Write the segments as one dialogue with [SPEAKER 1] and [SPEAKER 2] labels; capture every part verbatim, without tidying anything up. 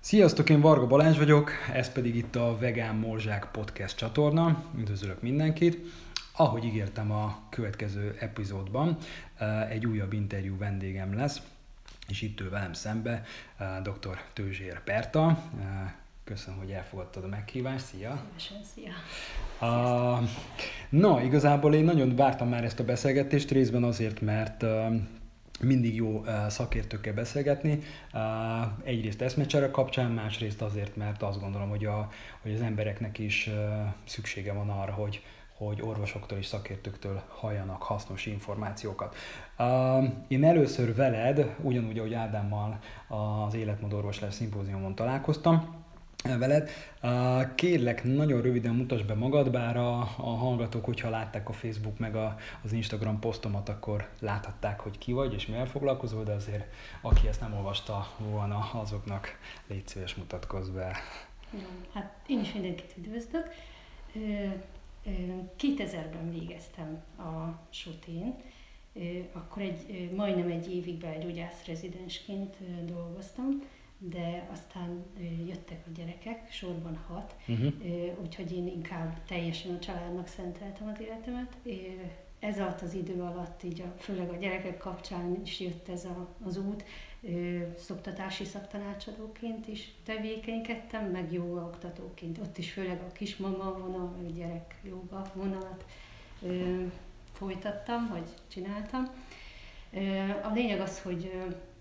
[SPEAKER 1] Sziasztok, én Varga Balázs vagyok, ez pedig itt a Vegán Morzsák Podcast csatorna. Üdvözlök mindenkit! Ahogy ígértem, a következő epizódban egy újabb interjú vendégem lesz, és itt ül velem szembe dr. Tőzsér Berta. Köszönöm, hogy elfogadtad a meghívást. Szia!
[SPEAKER 2] Szívesen, szia!
[SPEAKER 1] Uh, na, igazából én nagyon vártam már ezt a beszélgetést, részben azért, mert uh, mindig jó uh, szakértőkkel beszélgetni. Uh, egyrészt eszmecsere kapcsán, másrészt azért, mert azt gondolom, hogy, a, hogy az embereknek is uh, szüksége van arra, hogy, hogy orvosoktól és szakértőktől halljanak hasznos információkat. Uh, én először veled, ugyanúgy, ahogy Ádámmal az Életmódorvoslás szimpóziumon találkoztam, veled. Kérlek, nagyon röviden mutasd be magad, bár a, a hallgatók, hogyha látták a Facebook meg a, az Instagram posztomat, akkor láthatták, hogy ki vagy és mivel foglalkozol, de azért aki ezt nem olvasta volna, azoknak légy szíves, mutatkozz be.
[SPEAKER 2] Jó, hát én is mindenkit üdvözlök. kétezerben végeztem a sutén, akkor egy, majdnem egy évig belgyógyász rezidensként dolgoztam, de aztán jöttek a gyerekek, sorban hat, uh-huh. úgyhogy én inkább teljesen a családnak szenteltem az életemet. Ez alatt az idő alatt, így a, főleg a gyerekek kapcsán is jött ez a, az út, szoktatási szaktanácsadóként is tevékenykedtem, meg jóga oktatóként. Ott is főleg a kismama vonal, meg gyerek jóga vonalat folytattam, vagy csináltam. A lényeg az, hogy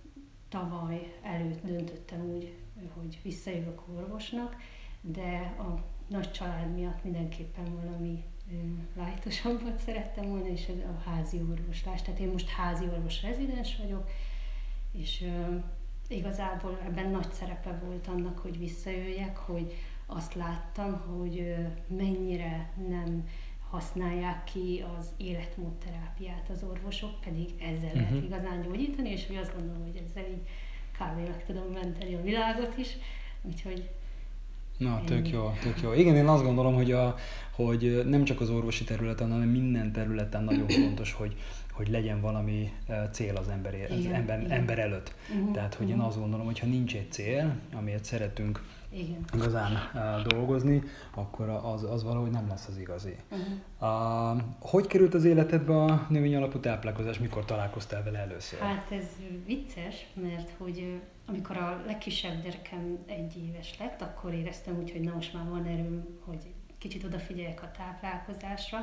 [SPEAKER 2] tavaly előtt döntöttem úgy, hogy visszajövök orvosnak, de a nagy család miatt mindenképpen valami lájtosabbat szerettem volna, és ez a házi orvoslás. Tehát én most házi orvos rezidens vagyok, és uh, igazából ebben nagy szerepe volt annak, hogy visszajöjjek, hogy azt láttam, hogy uh, mennyire nem használják ki az életmódterápiát az orvosok, pedig ezzel uh-huh. lehet igazán gyógyítani, és hogy azt gondolom, hogy ezzel így kb. Meg tudom menteni a világot is, úgyhogy...
[SPEAKER 1] Na, tök jó, tök jó. Igen, én azt gondolom, hogy, a, hogy nem csak az orvosi területen, hanem minden területen nagyon fontos, hogy, hogy legyen valami cél az ember, az
[SPEAKER 2] igen,
[SPEAKER 1] ember,
[SPEAKER 2] igen.
[SPEAKER 1] ember előtt. Uh-huh, Tehát, hogy uh-huh. én azt gondolom, hogy ha nincs egy cél, amiért szeretünk
[SPEAKER 2] igen.
[SPEAKER 1] igazán uh, dolgozni, akkor az, az valahogy nem lesz az igazi. Uh-huh. Uh, hogy került az életedbe a növény alapú táplálkozás? Mikor találkoztál vele először?
[SPEAKER 2] Hát ez vicces, mert hogy amikor a legkisebb gyerekem egy éves lett, akkor éreztem úgy, hogy na most már van erőm, hogy kicsit odafigyeljek a táplálkozásra,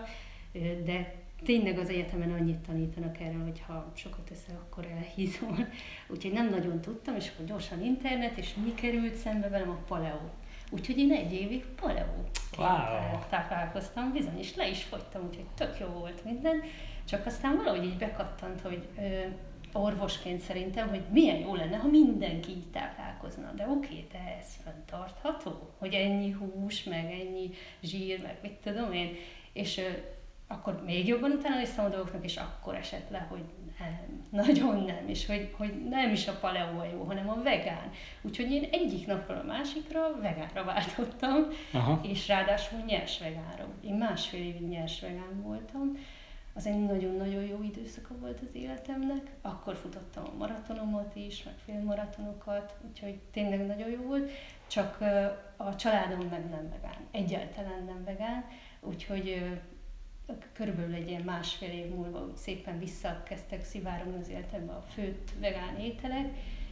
[SPEAKER 2] de tényleg az egyetemen annyit tanítanak erről, hogy ha sokat eszel, akkor elhízol. Úgyhogy nem nagyon tudtam, és akkor gyorsan internet, és mi került szembe velem? A paleo. Úgyhogy én egy évig paleo
[SPEAKER 1] wow.
[SPEAKER 2] táplálkoztam, bizony, és le is fogytam, úgyhogy tök jó volt minden. Csak aztán valahogy így bekattant, hogy ö, orvosként szerintem, hogy milyen jó lenne, ha mindenki így táplálkozna. De oké, de ez fenntartható, hogy ennyi hús, meg ennyi zsír, meg mit tudom én. És ö, akkor még jobban utána néztem a dolgoknak, és akkor esett le, hogy nem, nagyon nem, és hogy, hogy nem is a paleo a jó, hanem a vegán. Úgyhogy én egyik napról a másikra vegánra váltottam, aha. és ráadásul nyers vegánra. Én másfél évig nyers vegán voltam. Az egy nagyon-nagyon jó időszaka volt az életemnek. Akkor futottam a maratonomat is, meg félmaratonokat, úgyhogy tényleg nagyon jó volt. Csak a családom meg nem vegán, egyáltalán nem vegán, úgyhogy körülbelül egy ilyen másfél év múlva úgy szépen visszakezdtek szivárogni az életembe a főtt vegán ételek,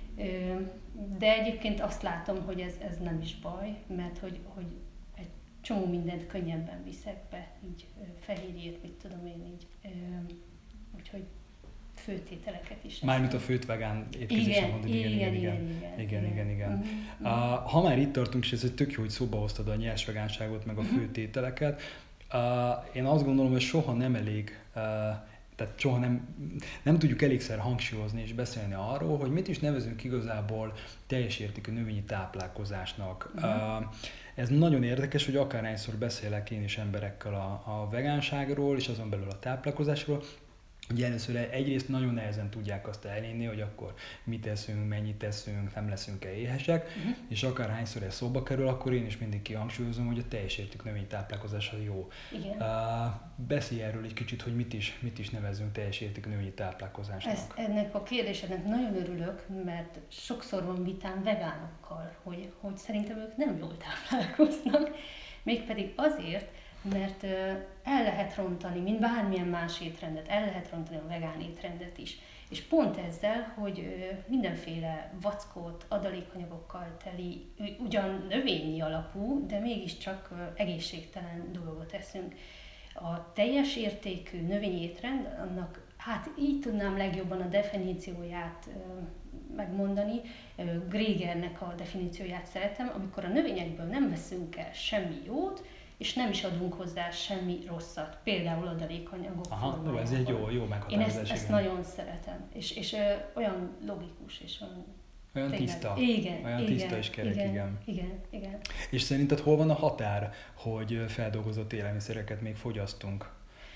[SPEAKER 2] de egyébként azt látom, hogy ez, ez nem is baj, mert hogy, hogy egy csomó mindent könnyebben viszek be, így fehérjét, mit tudom én így, úgyhogy főtt ételeket is.
[SPEAKER 1] Mármint a főtt vegán étkezésre mondod, igen, igen, igen, igen, igen, igen, igen. Uh-huh. Uh, ha már itt tartunk, és ez tök jó, hogy szóba hoztad a nyers vegánságot, meg a uh-huh. főtt ételeket, Uh, én azt gondolom, hogy soha nem elég, uh, tehát soha nem, nem tudjuk elégszer hangsúlyozni és beszélni arról, hogy mit is nevezünk igazából teljes értékű növényi táplálkozásnak. Uh-huh. Uh, ez nagyon érdekes, hogy akárhányszor beszélek én is emberekkel a, a vegánságról és azon belül a táplálkozásról, Ugye először egyrészt nagyon nehezen tudják azt elérni, hogy akkor mit teszünk, mennyit teszünk, nem leszünk-e éhesek, uh-huh. és akárhányszor ez szóba kerül, akkor én is mindig kihangsúlyozom, hogy a teljes értékű növénytáplálkozás az jó.
[SPEAKER 2] Igen.
[SPEAKER 1] Uh, beszélj erről egy kicsit, hogy mit is, mit is nevezzünk teljes értékű növényi táplálkozásnak.
[SPEAKER 2] Ezt, ennek a kérdésednek nagyon örülök, mert sokszor van vitám vegánokkal, hogy, hogy szerintem ők nem jól táplálkoznak, mégpedig azért, mert el lehet rontani, mint bármilyen más étrendet, el lehet rontani a vegán étrendet is. És pont ezzel, hogy mindenféle vackot, adalékanyagokkal teli, ugyan növényi alapú, de mégiscsak egészségtelen dolgot eszünk. A teljes értékű növényi étrend, annak hát így tudnám legjobban a definícióját megmondani. Grégernek a definícióját szeretem, amikor a növényekből nem veszünk el semmi jót, és nem is adunk hozzá semmi rosszat, például adalékanyagok
[SPEAKER 1] formájában. Aha, ez egy jó, jó meghatározás.
[SPEAKER 2] Én ezt, ezt nagyon szeretem, és, és ö, olyan logikus, és olyan...
[SPEAKER 1] Olyan tényleg, tiszta,
[SPEAKER 2] igen,
[SPEAKER 1] olyan
[SPEAKER 2] igen,
[SPEAKER 1] tiszta és kerek,
[SPEAKER 2] igen,
[SPEAKER 1] igen.
[SPEAKER 2] igen, igen.
[SPEAKER 1] És szerinted hol van a határ, hogy feldolgozott élelmiszereket még fogyasztunk?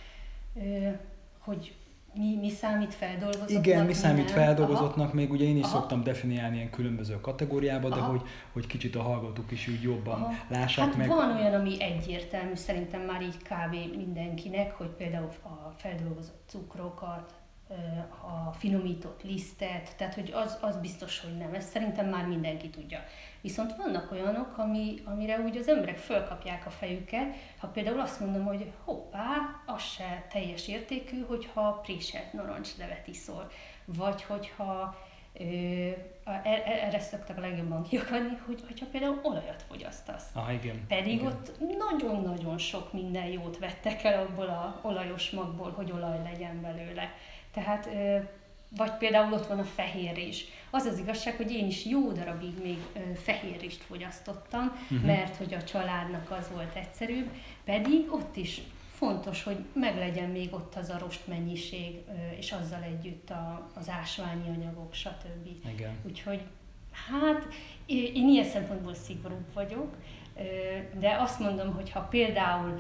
[SPEAKER 2] Ö, hogy mi, mi számít feldolgozottnak?
[SPEAKER 1] Igen, mi számít
[SPEAKER 2] nem.
[SPEAKER 1] feldolgozottnak, Aha. még ugye én is
[SPEAKER 2] Aha.
[SPEAKER 1] szoktam definiálni ilyen különböző kategóriába, de hogy, hogy kicsit a hallgatók is úgy jobban Aha. lássák
[SPEAKER 2] hát
[SPEAKER 1] meg.
[SPEAKER 2] Van olyan, ami egyértelmű, szerintem már így kb. Mindenkinek, hogy például a feldolgozott cukrokat, a finomított lisztet, tehát hogy az, az biztos, hogy nem. Ezt szerintem már mindenki tudja. Viszont vannak olyanok, ami, amire úgy az emberek fölkapják a fejüket, ha például azt mondom, hogy hoppá, az se teljes értékű, hogyha préselt narancslevet iszol, vagy hogyha ö, erre szoktak a legjobban kiakadni, hogy, hogyha például olajat fogyasztasz.
[SPEAKER 1] Ah, igen.
[SPEAKER 2] Pedig
[SPEAKER 1] igen.
[SPEAKER 2] ott nagyon-nagyon sok minden jót vettek el abból a olajos magból, hogy olaj legyen belőle. Tehát, vagy például ott van a fehérrizs. Az az igazság, hogy én is jó darabig még fehérrizst fogyasztottam, uh-huh. mert hogy a családnak az volt egyszerűbb, pedig ott is fontos, hogy meglegyen még ott az a rostmennyiség, és azzal együtt az ásványi anyagok, stb.
[SPEAKER 1] Igen.
[SPEAKER 2] Úgyhogy hát én ilyen szempontból szigorúbb vagyok, de azt mondom, hogy ha például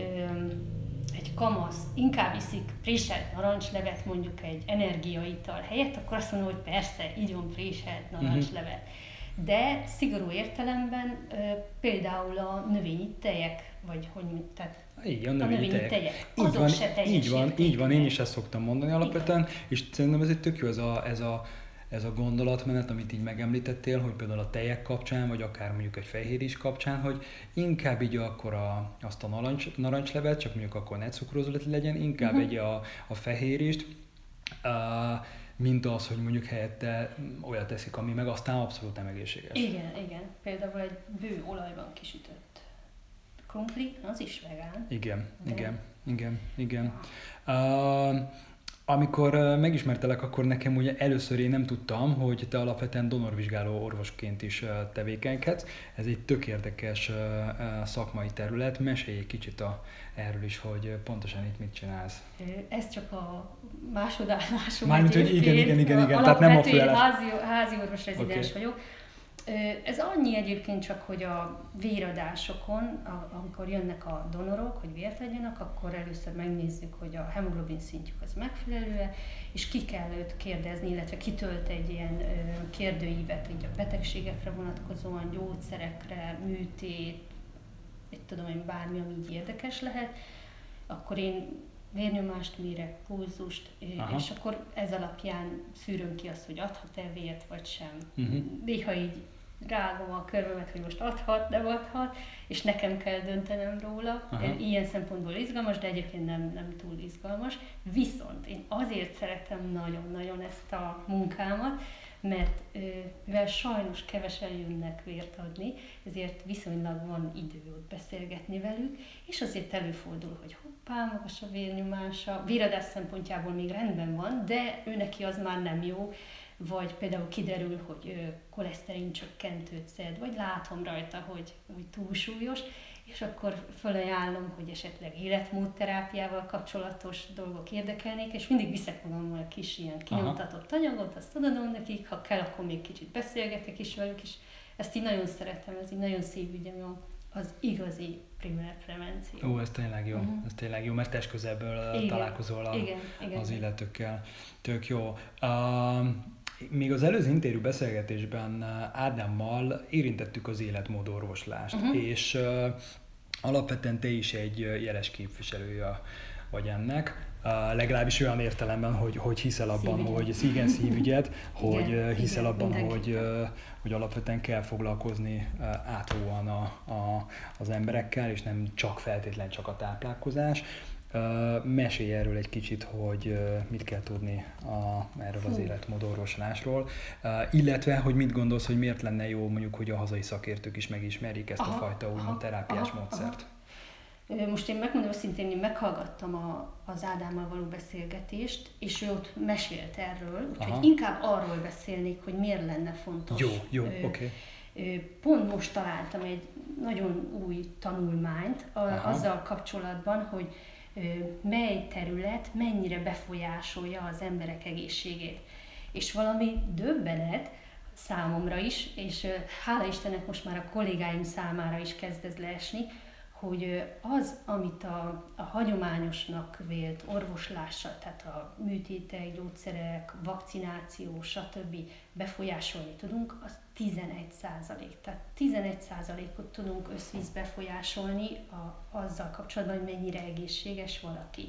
[SPEAKER 2] egy kamasz inkább iszik préselt narancslevet, mondjuk egy energiaital helyett, akkor azt mondom, hogy persze, igyon préselt narancslevet. De szigorú értelemben például a növényi tejek, vagy hogy tehát
[SPEAKER 1] így, a növényi, a növényi tejek.
[SPEAKER 2] tejek.
[SPEAKER 1] Így van, így van, így van, én
[SPEAKER 2] meg.
[SPEAKER 1] is ezt szoktam mondani alapvetően, igen. És szerintem ez egy tök jó ez a, ez a ez a gondolatmenet, amit így megemlítettél, hogy például a tejek kapcsán, vagy akár mondjuk egy fehérrizs kapcsán, hogy inkább így akkor a, azt a narancs, narancslevet, csak mondjuk akkor ne cukrozott legyen, inkább uh-huh. egy a, a fehérrizst, uh, mint az, hogy mondjuk helyette olyat teszik, ami meg aztán abszolút nem egészséges.
[SPEAKER 2] Igen, igen. Például egy bő olajban kisütött krumpli, az is vegán.
[SPEAKER 1] Igen,
[SPEAKER 2] de...
[SPEAKER 1] igen, igen, igen. Uh, Amikor megismertelek, akkor nekem ugye először én nem tudtam, hogy te alapvetően donorvizsgáló orvosként is tevékenykedsz. Ez egy tök érdekes szakmai terület. Mesélj egy kicsit a, erről is, hogy pontosan itt mit csinálsz.
[SPEAKER 2] Ez csak a másodállásom.
[SPEAKER 1] Mármint, hogy igen, igen, igen, igen. Tehát nem a főállás.
[SPEAKER 2] Házi, házi orvos rezidens okay. vagyok. Ez annyi egyébként csak, hogy a véradásokon, amikor jönnek a donorok, hogy vért legyenek, akkor először megnézzük, hogy a hemoglobin szintjük az megfelelő-e, és ki kell őt kérdezni, illetve kitölt egy ilyen kérdőívet így a betegségekre vonatkozóan, gyógyszerekre, műtét, egy tudom én bármi, ami így érdekes lehet, akkor én vérnyomást mérek, pulzust, Aha. és akkor ez alapján szűröm ki azt, hogy adhat-e vért, vagy sem. Uh-huh. Néha így rágom a körmömet, hogy most adhat, nem adhat, és nekem kell döntenem róla. Aha. Ilyen szempontból izgalmas, de egyébként nem, nem túl izgalmas. Viszont én azért szeretem nagyon-nagyon ezt a munkámat, mert mivel sajnos kevesen jönnek vért adni, ezért viszonylag van idő ott beszélgetni velük, és azért előfordul, hogy hoppá, magas a vérnyomása, véradás szempontjából még rendben van, de ő neki az már nem jó, vagy például kiderül, hogy koleszterin csökkentőt szed, vagy látom rajta, hogy, hogy túlsúlyos, és akkor felajánlom, hogy esetleg életmódterápiával kapcsolatos dolgok érdekelnék, és mindig viszek magammal egy kis ilyen kinyomtatott anyagot, azt adom nekik, ha kell, akkor még kicsit beszélgetek is velük, és ezt így nagyon szeretem, ez így nagyon szívügyem a, az igazi primer prevenció.
[SPEAKER 1] Ó, ez tényleg jó, uh-huh. ez tényleg jó, mert testközelből
[SPEAKER 2] igen.
[SPEAKER 1] találkozol a,
[SPEAKER 2] igen, igen.
[SPEAKER 1] az illetőkkel. Tök jó. Uh, még az előző interjú beszélgetésben Ádámmal érintettük az életmódorvoslást, uh-huh. és uh, alapvetően te is egy jeles képviselője vagy ennek. Uh, legalábbis olyan értelemben, hogy, hogy hiszel abban, szívügyet. hogy igen, szívügyet, hogy igen, hiszel igen, abban, hogy, uh, hogy alapvetően kell foglalkozni uh, átfogóan a, a, az emberekkel, és nem csak feltétlen csak a táplálkozás. Uh, mesélj erről egy kicsit, hogy uh, mit kell tudni a, erről az életmódorvoslásról, uh, illetve, hogy mit gondolsz, hogy miért lenne jó mondjuk, hogy a hazai szakértők is megismerjék ezt aha, a fajta úgymond terápiás aha, módszert. Aha.
[SPEAKER 2] Most én megmondom szintén, én meghallgattam a, az Ádámmal való beszélgetést, és ő ott mesélt erről, úgyhogy aha. inkább arról beszélnék, hogy miért lenne fontos.
[SPEAKER 1] Jó, jó, oké. Okay.
[SPEAKER 2] Pont most találtam egy nagyon új tanulmányt a, azzal kapcsolatban, hogy mely terület mennyire befolyásolja az emberek egészségét. És valami döbbenet számomra is, és hála Istennek most már a kollégáim számára is kezd ez leesni, hogy az, amit a, a hagyományosnak vélt orvoslással, tehát a műtétek, gyógyszerek, vakcináció, stb. Befolyásolni tudunk, az tizenegy százalék. Tehát tizenegy százalékot tudunk összvíz befolyásolni a, azzal kapcsolatban, hogy mennyire egészséges valaki.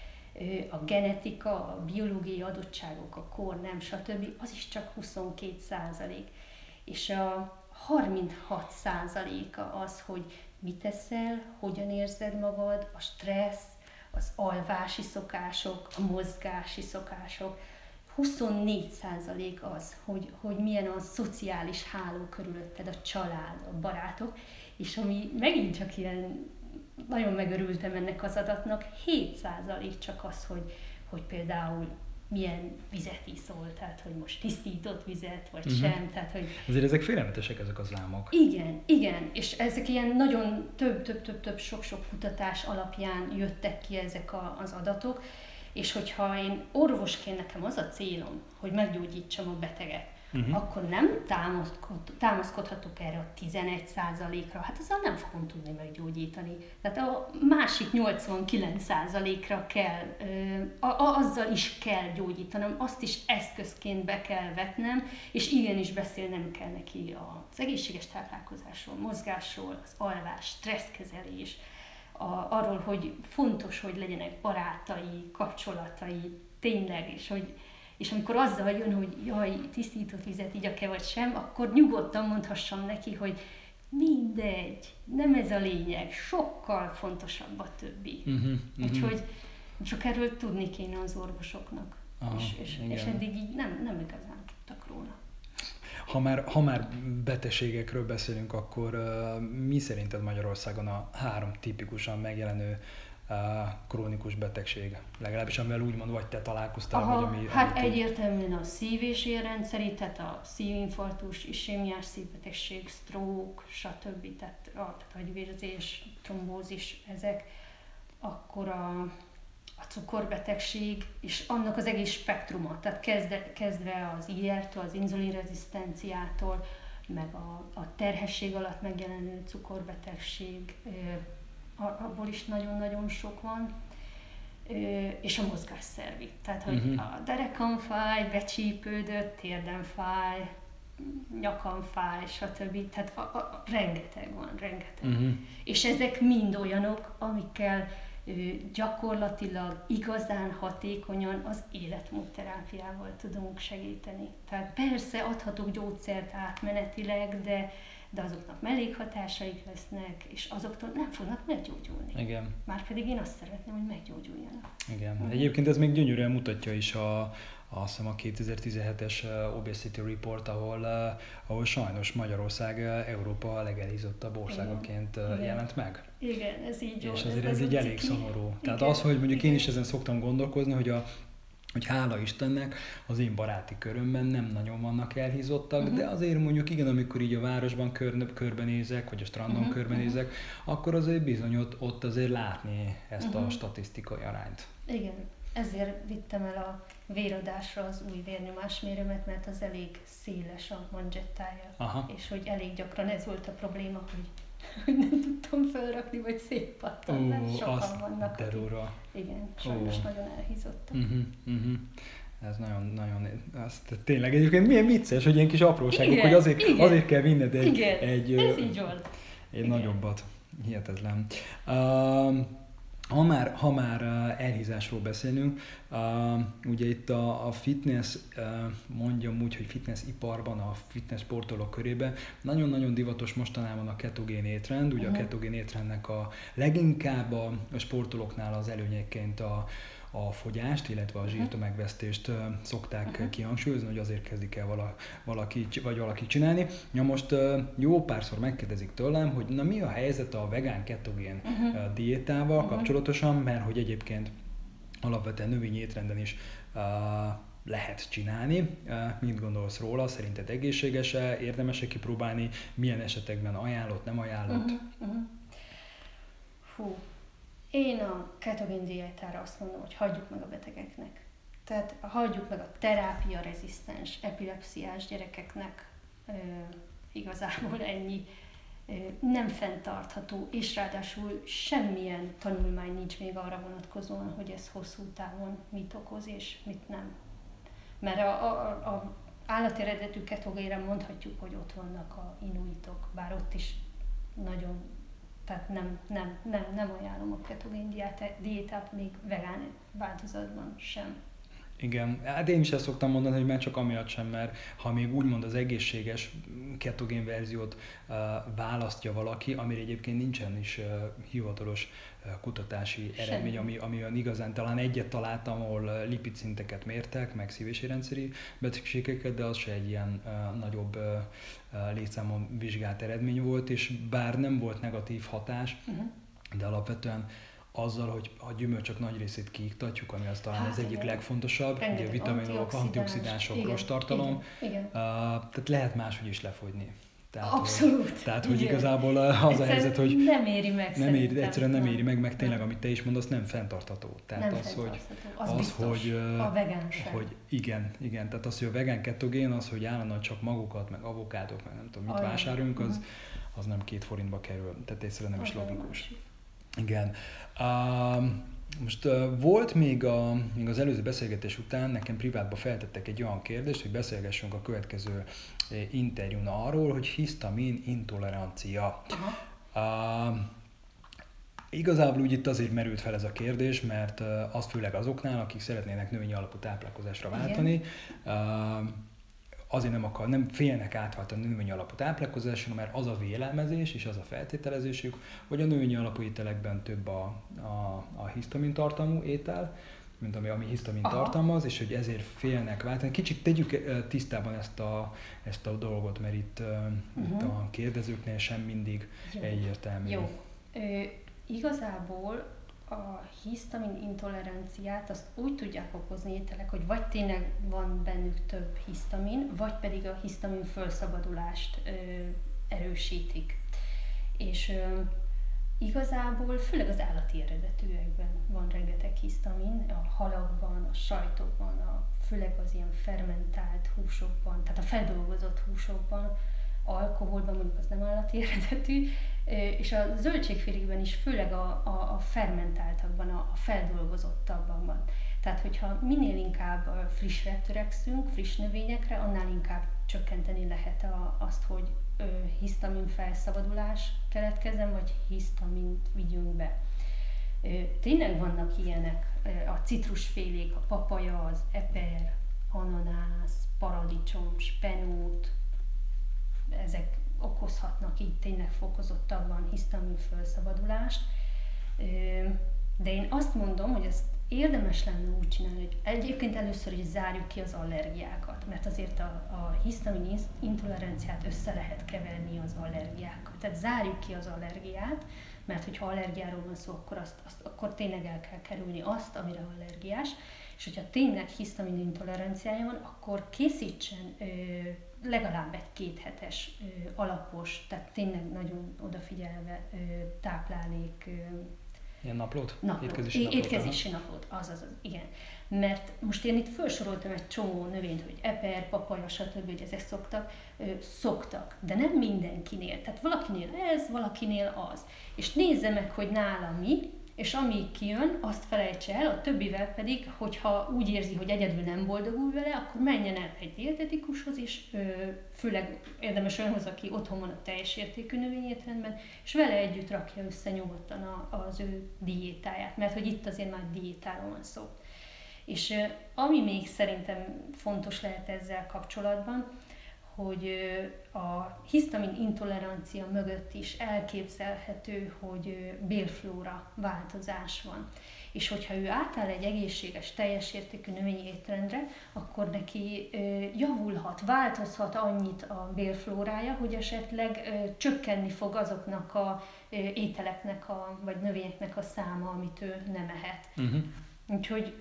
[SPEAKER 2] A genetika, a biológiai adottságok, a kor, nem, stb. Az is csak huszonkét százalék. És a harminchat százaléka az, hogy mit eszel, hogyan érzed magad, a stressz, az alvási szokások, a mozgási szokások. huszonnégy százalék az, hogy, hogy milyen a szociális háló körülötted, a család, a barátok, és ami megint csak ilyen, nagyon megörültem ennek az adatnak, hét százalék csak az, hogy, hogy például milyen vizet iszol, tehát hogy most tisztított vizet, vagy uh-huh. sem. Tehát, hogy...
[SPEAKER 1] Azért ezek félelmetesek, ezek a számok.
[SPEAKER 2] Igen, igen, és ezek ilyen nagyon több-több-több sok-sok kutatás alapján jöttek ki ezek a, az adatok, és hogyha én orvosként nekem az a célom, hogy meggyógyítsam a beteget, uh-huh. akkor nem támaszkod, támaszkodhatok erre a tizenegy százalékra, hát azzal nem fogom tudni meggyógyítani. Tehát a másik nyolcvankilenc százalékra kell, a, a, azzal is kell gyógyítanom, azt is eszközként be kell vetnem, és igenis beszélnem kell neki az egészséges táplálkozásról, mozgásról, az alvás, stresszkezelés, a, arról, hogy fontos, hogy legyenek barátai, kapcsolatai, tényleg, és hogy és amikor azzal jön, hogy jaj, tisztított vizet igyak-e vagy sem, akkor nyugodtan mondhassam neki, hogy mindegy, nem ez a lényeg, sokkal fontosabb a többi. Uh-huh, uh-huh. Úgyhogy csak erről tudni kéne az orvosoknak, aha, és, és, és eddig így nem, nem igazán tudtak róla.
[SPEAKER 1] Ha már, ha már betegségekről beszélünk, akkor uh, mi szerinted Magyarországon a három tipikusan megjelenő uh, krónikus betegség? Legalábbis amivel úgymond vagy te találkoztál, aha, vagy ami...
[SPEAKER 2] Hát egyértelműen a szív- és érrendszeri, tehát a szívinfarktus, isémiás szívbetegség, stroke, stb. Tehát a agyvérzés, trombózis, ezek. Akkor a a cukorbetegség, és annak az egész spektruma, tehát kezdve, kezdve az í er-től, az inzulinrezisztenciától, meg a, a terhesség alatt megjelenő cukorbetegség, abból is nagyon-nagyon sok van, és a mozgásszervi. Tehát, hogy uh-huh. a derekam fáj, becsípődött, térdem fáj, nyakam fáj, stb. Tehát a, a, rengeteg van, rengeteg. Uh-huh. És ezek mind olyanok, amikkel gyakorlatilag igazán hatékonyan az életmódterápiával tudunk segíteni. Tehát persze adhatok gyógyszert átmenetileg, de, de azoknak mellékhatásaik lesznek, és azoktól nem fognak meggyógyulni.
[SPEAKER 1] Igen.
[SPEAKER 2] Márpedig én azt szeretném, hogy meggyógyuljanak.
[SPEAKER 1] Igen. Uh-huh. Egyébként ez még gyönyörűen mutatja is a azt hiszem a kétezer-tizenhetes Obesity Report, ahol, ahol sajnos Magyarország Európa legelhízottabb országaként igen. jelent meg.
[SPEAKER 2] Igen, ez így van.
[SPEAKER 1] És azért ez, ez így elég szomorú. Tehát igen. az, hogy mondjuk igen. én is ezen szoktam gondolkozni, hogy, a, hogy hála Istennek az én baráti körömben nem nagyon vannak elhízottak, uh-huh. de azért mondjuk igen, amikor így a városban kör, körbenézek, vagy a strandon uh-huh. körbenézek, uh-huh. akkor azért bizony ott, ott azért látni ezt uh-huh. a statisztikai arányt.
[SPEAKER 2] Igen. ezért vittem el a véradásra az új vérnyomásmérőmet, mert az elég széles a manzsettája.
[SPEAKER 1] Aha.
[SPEAKER 2] És hogy elég gyakran ez volt a probléma, hogy, hogy nem tudtam felrakni, vagy szétpattant, mert sokan
[SPEAKER 1] az
[SPEAKER 2] vannak.
[SPEAKER 1] terura.
[SPEAKER 2] Igen, sajnos
[SPEAKER 1] Ó.
[SPEAKER 2] nagyon elhízottak.
[SPEAKER 1] Uh-huh, uh-huh. Ez nagyon, nagyon, azt tényleg egyébként milyen vicces, hogy ilyen kis apróságok,
[SPEAKER 2] Igen,
[SPEAKER 1] hogy azért,
[SPEAKER 2] igen.
[SPEAKER 1] azért kell vinned egy,
[SPEAKER 2] Igen,
[SPEAKER 1] egy,
[SPEAKER 2] ez így van.
[SPEAKER 1] egy
[SPEAKER 2] Igen.
[SPEAKER 1] nagyobbat. Hihetetlen. Uh, ha már, ha már uh, elhízásról beszélünk, uh, ugye itt a, a fitness, uh, mondjam úgy, hogy fitness iparban, a fitness sportolók körében nagyon-nagyon divatos mostanában a ketogén étrend. Ugye uh-huh. a ketogén étrendnek a leginkább a, a sportolóknál az előnyeként a a fogyást, illetve a zsírtömegvesztést uh, szokták uh-huh. kihangsúlyozni, hogy azért kezdik el vala, valaki, vagy valaki csinálni. Ja, most uh, jó párszor megkérdezik tőlem, hogy na mi a helyzet a vegán ketogén uh-huh. uh, diétával uh-huh. kapcsolatosan, mert hogy egyébként alapvetően növényi étrenden is uh, lehet csinálni. Uh, mit gondolsz róla? Szerinted egészséges-e? Érdemes-e kipróbálni? Milyen esetekben ajánlott, nem ajánlott?
[SPEAKER 2] Uh-huh. Uh-huh. Hú. Én a ketogén diétára azt mondom, hogy hagyjuk meg a betegeknek. Tehát hagyjuk meg a terápia rezisztens, epilepsziás gyerekeknek, e, igazából ennyi e, nem fenntartható, és ráadásul semmilyen tanulmány nincs még arra vonatkozóan, hogy ez hosszú távon mit okoz és mit nem. Mert a, a, a állati eredetű ketogénre mondhatjuk, hogy ott vannak a inuitok, bár ott is nagyon. Tehát nem, nem, nem, nem ajánlom a ketogén diétát, még vegán változatban sem.
[SPEAKER 1] Igen, hát én is ezt szoktam mondani, hogy már csak amiatt sem, mert ha még úgymond az egészséges ketogén verziót uh, választja valaki, amire egyébként nincsen is uh, hivatalos uh, kutatási
[SPEAKER 2] Semmi.
[SPEAKER 1] eredmény, ami, ami olyan igazán, talán egyet találtam, ahol uh, lipidszinteket mértek, meg szívési rendszeri betegségeket, de az se egy ilyen uh, nagyobb uh, uh, létszámon vizsgált eredmény volt, és bár nem volt negatív hatás, uh-huh. de alapvetően azzal, hogy a gyümölcsök nagy részét kiiktatjuk, ami az talán hát az egyik igen. legfontosabb, ugye a vitaminok, antioxidánsok, rosttartalom, uh, tehát lehet máshogy is lefogyni. Tehát,
[SPEAKER 2] abszolút.
[SPEAKER 1] Hogy, tehát, hogy igazából az egyszerűen a helyzet, hogy
[SPEAKER 2] nem éri meg.
[SPEAKER 1] Nem éri, egyszerűen nem éri meg, meg tényleg, nem. Amit te is mondasz, nem fenntartható. Tehát
[SPEAKER 2] nem
[SPEAKER 1] az, hogy,
[SPEAKER 2] az,
[SPEAKER 1] az
[SPEAKER 2] biztos,
[SPEAKER 1] hogy,
[SPEAKER 2] a vegán sem.
[SPEAKER 1] Hogy igen, igen, tehát az, hogy a vegán ketogén, az, hogy állandóan csak magukat, meg avokádok, meg nem tudom, mit vásároljunk, az, az nem két forintba kerül. Tehát egyszerűen nem is logikus. Igen. Uh, most uh, volt még, a, még az előző beszélgetés után, nekem privátban feltettek egy olyan kérdést, hogy beszélgessünk a következő interjún arról, hogy hisztamin intolerancia. Uh, igazából úgy itt azért merült fel ez a kérdés, mert uh, az főleg azoknál, akik szeretnének növényi alapú táplálkozásra váltani, uh, azért nem akar, nem félnek átváltani a növényi alapú táplálkozásra, mert az a vélelmezés és az a feltételezésük, hogy a növényi alapú ételekben több a, a, a hisztamin tartalmú étel, mint ami, ami hisztamin Aha. tartalmaz, és hogy ezért félnek váltani. Kicsit tegyük tisztában ezt a, ezt a dolgot, mert itt, uh-huh. itt a kérdezőknél sem mindig Jó. egyértelmű.
[SPEAKER 2] Jó. Ö, igazából a hisztamin intoleranciát azt úgy tudják okozni ételek, hogy vagy tényleg van bennük több hisztamin, vagy pedig a hisztamin felszabadulást ö, erősítik. És ö, igazából főleg az állati eredetűekben van rengeteg hisztamin, a halakban, a sajtokban, a, főleg az ilyen fermentált húsokban, tehát a feldolgozott húsokban, alkoholban, mondjuk az nem állati eredetű, és a zöldségfélékben is főleg a, a, a fermentáltakban, a, a feldolgozottabban. Tehát, hogyha minél inkább frissre törekszünk, friss növényekre, annál inkább csökkenteni lehet a, azt, hogy ö, hisztamin felszabadulás keletkezzen, vagy hisztamint vigyünk be. Ö, tényleg vannak ilyenek, a citrusfélék, a papaja, az eper, ananász, paradicsom, spenót, ezek okozhatnak így tényleg fokozottabban hisztamin felszabadulást. De én azt mondom, hogy ezt érdemes lenne úgy csinálni, hogy egyébként először is zárjuk ki az allergiákat, mert azért a, a hisztamin intoleranciát össze lehet keverni az allergiákkal. Tehát zárjuk ki az allergiát, mert hogyha allergiáról van szó, akkor, azt, azt, akkor tényleg el kell kerülni azt, amire allergiás, és hogyha tényleg hisztamin intoleranciája van, akkor készítsen ö, legalább egy kéthetes ö, alapos, tehát tényleg nagyon odafigyelve ö, táplálék ö,
[SPEAKER 1] Ilyen naplót?
[SPEAKER 2] Naplót.
[SPEAKER 1] Étkezési
[SPEAKER 2] É-
[SPEAKER 1] naplót.
[SPEAKER 2] étkezési naplót, az, az, az, igen. Mert most én itt felsoroltam egy csomó növényt, hogy eper, papaja, stb., hogy ezek szoktak, ö, szoktak, de nem mindenkinél. Tehát valakinél ez, valakinél az. És nézze meg, hogy nála mi, és ami kijön, azt felejtse el, a többivel pedig, hogyha úgy érzi, hogy egyedül nem boldogul vele, akkor menjen el egy dietetikushoz is, ö, főleg érdemes olyanhoz, aki otthon van a teljes értékű növényétrendben, és vele együtt rakja össze nyugodtan a, az ő diétáját, mert hogy itt azért már diétáról van szó. És ami még szerintem fontos lehet ezzel kapcsolatban, hogy a hisztamin intolerancia mögött is elképzelhető, hogy bélflóra változás van. És hogyha ő átáll egy egészséges, teljes értékű növényi étrendre, akkor neki javulhat, változhat annyit a bélflórája, hogy esetleg csökkenni fog azoknak a ételeknek, a, vagy növényeknek a száma, amit ő nem ehet. Uh-huh. Úgyhogy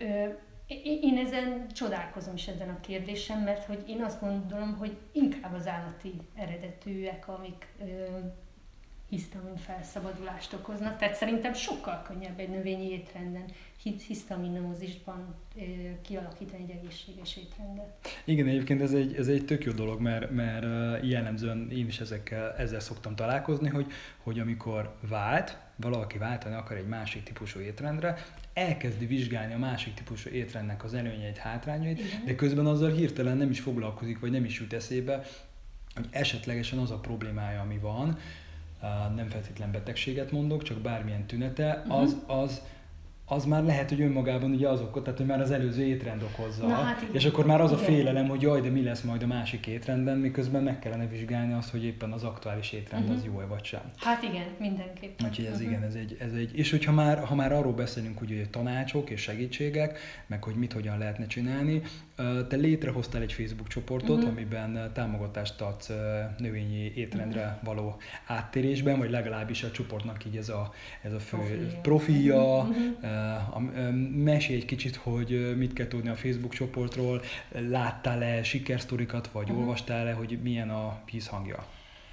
[SPEAKER 2] én ezen csodálkozom is ezen a kérdésen, mert hogy én azt gondolom, hogy inkább az állati eredetűek, amik ö, hisztamin felszabadulást okoznak. Tehát szerintem sokkal könnyebb egy növényi étrenden, hisztaminózisban ö, kialakítani egy egészséges étrendet.
[SPEAKER 1] Igen, egyébként ez egy, ez egy tök jó dolog, mert, mert jellemzően én is ezekkel, ezzel szoktam találkozni, hogy, hogy amikor vált, valaki váltani akar egy másik típusú étrendre, elkezdi vizsgálni a másik típusú étrendnek az előnyeit, hátrányait, igen. De közben azzal hirtelen nem is foglalkozik, vagy nem is jut eszébe, hogy esetlegesen az a problémája, ami van, nem feltétlen betegséget mondok, csak bármilyen tünete, az, az, az már lehet, hogy önmagában ugye az okot, tehát hogy már az előző étrend okozza, na, hát és akkor már az a félelem, hogy jaj, de mi lesz majd a másik étrendben, miközben meg kellene vizsgálni azt, hogy éppen az aktuális étrend uh-huh. az jó-e vagy sem.
[SPEAKER 2] Hát igen, mindenképpen.
[SPEAKER 1] Úgyhogy ez uh-huh. igen, ez egy, ez egy, és hogyha már, ha már arról beszélünk, hogy tanácsok és segítségek, meg hogy mit hogyan lehetne csinálni, te létrehoztál egy Facebook csoportot, uh-huh. amiben támogatást adsz növényi étrendre uh-huh. való áttérésben, vagy legalábbis a csoportnak így ez a, ez a fő profilja. profilja. Uh-huh. Mesélj egy kicsit, hogy mit kell tudni a Facebook csoportról, láttál-e sikersztorikat, vagy uh-huh. olvastál-e, hogy milyen a vízhangja?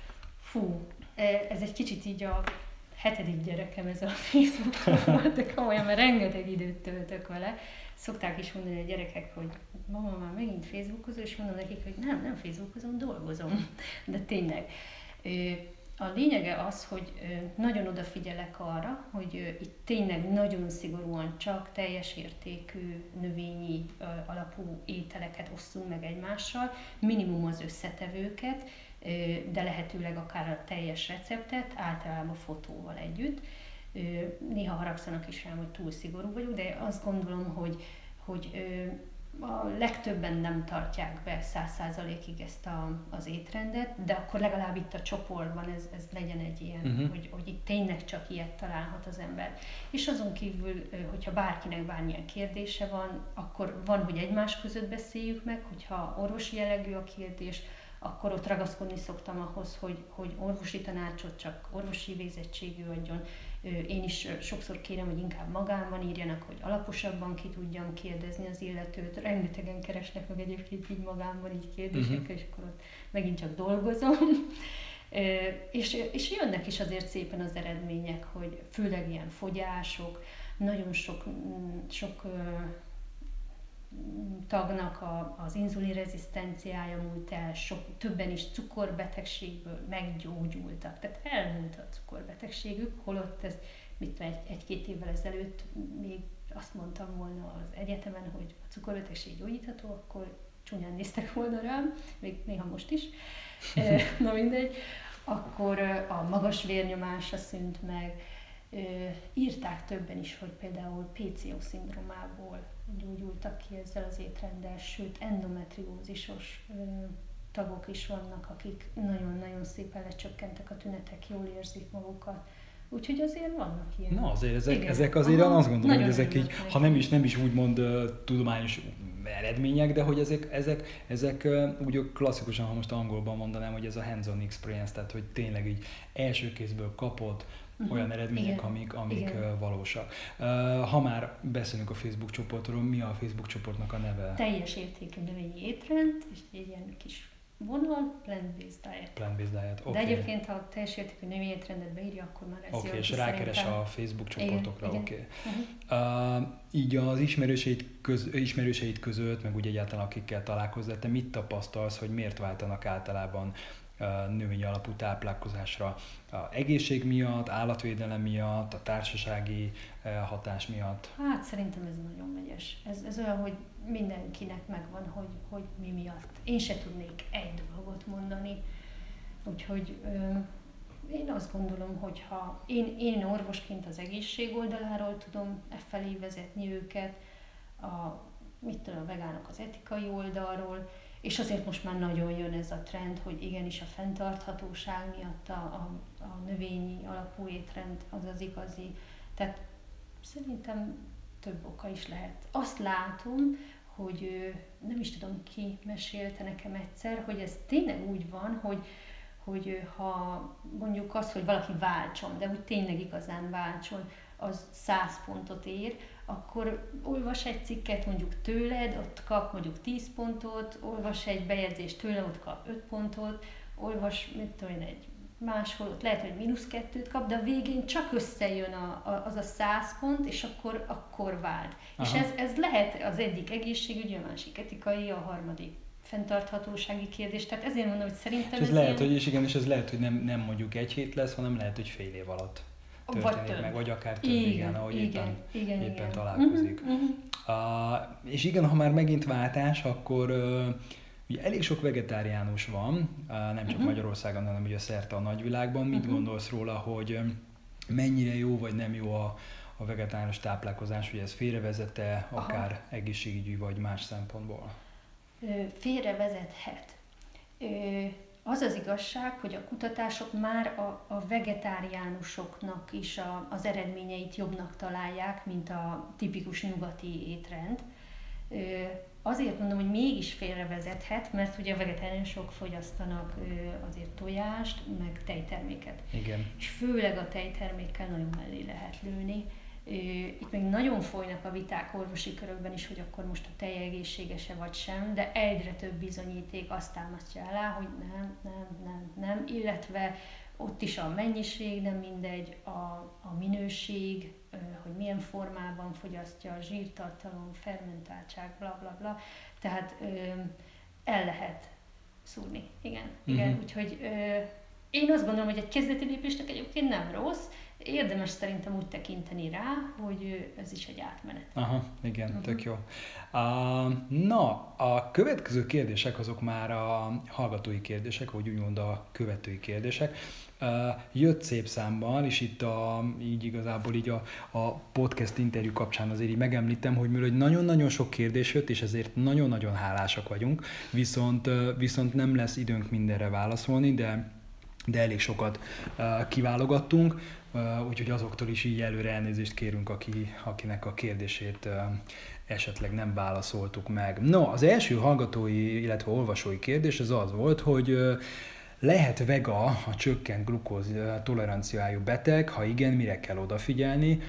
[SPEAKER 2] Fú, ez egy kicsit így a hetedik gyerekem ez a Facebook csoport, de komolyan, mert rengeteg időt töltök vele. Szokták is mondani a gyerekek, hogy mama, már megint Facebookozol, és mondom nekik, hogy nem, nem Facebookozom, dolgozom. De tényleg. A lényege az, hogy nagyon odafigyelek arra, hogy itt tényleg nagyon szigorúan csak teljes értékű növényi alapú ételeket osszunk meg egymással, minimum az összetevőket, de lehetőleg akár a teljes receptet, általában fotóval együtt. Néha haragszanak is rám, hogy túl szigorú vagyok, de azt gondolom, hogy, hogy a legtöbben nem tartják be száz százalékig ezt a, az étrendet, de akkor legalább itt a csoportban ez, ez legyen egy ilyen, uh-huh. hogy, hogy itt tényleg csak ilyet találhat az ember. És azon kívül, hogyha bárkinek bármilyen kérdése van, akkor van, hogy egymás között beszéljük meg, hogyha orvosi jellegű a kérdés, akkor ott ragaszkodni szoktam ahhoz, hogy, hogy orvosi tanácsot csak orvosi végzettségű adjon. Én is sokszor kérem, hogy inkább magánban írjanak, hogy alaposabban ki tudjam kérdezni az illetőt. Rengetegen keresnek meg egyébként így magánban így kérdésekkel, uh-huh. és akkor ott megint csak dolgozom. és, és jönnek is azért szépen az eredmények, hogy főleg ilyen fogyások, nagyon sok, sok tagnak a, az inzulinrezisztenciája múlt el, sok, többen is cukorbetegségből meggyógyultak, tehát elmúlt a cukorbetegségük, holott ez mit egy, egy-két évvel ezelőtt még azt mondtam volna az egyetemen, hogy a cukorbetegség gyógyítható, akkor csúnyán néztek volna rám, még néha most is, na mindegy, akkor a magas vérnyomása szűnt meg. Írták többen is, hogy például pé cé ó-szindrómából gyógyultak ki ezzel az étrenddel, sőt endometriózisos tagok is vannak, akik nagyon-nagyon szépen lecsökkentek a tünetek, jól érzik magukat. Úgyhogy azért vannak ilyen.
[SPEAKER 1] Na azért ezek, ezek azért aha, azt gondolom, hogy ezek így, ha nem is, nem is úgymond uh, tudományos eredmények, de hogy ezek, ezek, ezek uh, úgy klasszikusan, ha most angolban mondanám, hogy ez a hands-on experience, tehát hogy tényleg így első kézből kapott uh-huh. olyan eredmények, igen. amik, amik uh, valósak. Uh, ha már beszélünk a Facebook csoportról, mi a Facebook csoportnak a neve?
[SPEAKER 2] Teljes értékű növényi étrend, és egy ilyen kis vonal, plant-based diet.
[SPEAKER 1] Plant-based diet, oké.
[SPEAKER 2] Okay. De egyébként, ha teljes értékű növényétrendet beírja, akkor már ez
[SPEAKER 1] Oké, okay, és rákeres szerintem a Facebook csoportokra, oké. Okay. Uh-huh. Uh, így az ismerőseid, köz, ismerőseid között, meg úgy egyáltalán akikkel találkozol, te mit tapasztalsz, hogy miért váltanak általában növény alapú táplálkozásra? A egészség miatt, állatvédelem miatt, a társasági hatás miatt?
[SPEAKER 2] Hát szerintem ez nagyon vegyes. Ez, ez olyan, hogy mindenkinek megvan, hogy, hogy mi miatt. Én se tudnék egy dolgot mondani. Úgyhogy ö, én azt gondolom, hogy ha én, én orvosként az egészség oldaláról tudom e felé vezetni őket, a, mit tudom, a vegánok az etikai oldalról, és azért most már nagyon jön ez a trend, hogy igenis a fenntarthatóság miatt a, a, a növényi alapú étrend az az igazi. Tehát szerintem több oka is lehet. Azt látom, hogy nem is tudom, ki mesélte nekem egyszer, hogy ez tényleg úgy van, hogy, hogy ha mondjuk az, hogy valaki váltson, de úgy tényleg igazán váltson, az száz pontot ér, akkor olvas egy cikket mondjuk tőled, ott kap mondjuk tíz pontot, olvas egy bejegyzést tőle, ott kap öt pontot, olvas, mit tudom én, egy máshol, ott lehet, hogy mínusz kettőt kap, de a végén csak összejön a, a, az a száz pont, és akkor, akkor vált. Aha. És ez, ez lehet az egyik egészségügyi, a másik etikai, a harmadik fenntarthatósági kérdés. Tehát ezért mondom, hogy szerintem
[SPEAKER 1] és ez, ez lehet, ilyen... hogy, és igen, és ez lehet, hogy nem, nem mondjuk egy hét lesz, hanem lehet, hogy fél év alatt történik vagy meg, vagy akár több, igen, igen ahogy
[SPEAKER 2] igen,
[SPEAKER 1] éppen,
[SPEAKER 2] igen,
[SPEAKER 1] éppen
[SPEAKER 2] igen.
[SPEAKER 1] találkozik.
[SPEAKER 2] Uh-huh, uh-huh.
[SPEAKER 1] Uh, és igen, ha már megint váltás, akkor uh, ugye elég sok vegetáriánus van, uh, nem csak uh-huh. Magyarországon, hanem ugye szerte a nagyvilágban. Mit uh-huh. gondolsz róla, hogy mennyire jó vagy nem jó a, a vegetáriánus táplálkozás, hogy ez félrevezet-e, akár Aha. egészségügyi vagy más szempontból?
[SPEAKER 2] Ö, félrevezethet. Ö, Az az igazság, hogy a kutatások már a, a vegetáriánusoknak is a, az eredményeit jobbnak találják, mint a tipikus nyugati étrend. Ö, azért mondom, hogy mégis félrevezethet, mert ugye a vegetáriánusok fogyasztanak ö, azért tojást, meg tejterméket.
[SPEAKER 1] Igen.
[SPEAKER 2] És főleg a tejtermékkel nagyon mellé lehet lőni. Itt még nagyon folynak a viták orvosi körökben is, hogy akkor most a tej egészséges-e vagy sem, de egyre több bizonyíték azt támasztja alá, hogy nem, nem, nem, nem, illetve ott is a mennyiség nem mindegy, a, a minőség, hogy milyen formában fogyasztja, a zsírtartalom, fermentáltság, bla bla bla, tehát el lehet szúrni, igen, igen, uh-huh. úgyhogy én azt gondolom, hogy egy kezdeti lépésnek egyébként nem rossz, érdemes szerintem úgy tekinteni rá, hogy ez is egy átmenet.
[SPEAKER 1] Aha, igen, uh-huh. tök jó. Uh, na, a következő kérdések azok már a hallgatói kérdések, vagy úgymond a követői kérdések. Uh, jött szép számban, és itt a, így igazából így a, a podcast interjú kapcsán azért így megemlítem, hogy mivel nagyon-nagyon sok kérdés jött, és ezért nagyon-nagyon hálásak vagyunk, viszont, viszont nem lesz időnk mindenre válaszolni, de de elég sokat uh, kiválogattunk, uh, úgyhogy azoktól is így előre elnézést kérünk, aki, akinek a kérdését uh, esetleg nem válaszoltuk meg. No, az első hallgatói, illetve olvasói kérdés az az volt, hogy uh, lehet vega a csökkent glukóz toleranciájú beteg, ha igen, mire kell odafigyelni,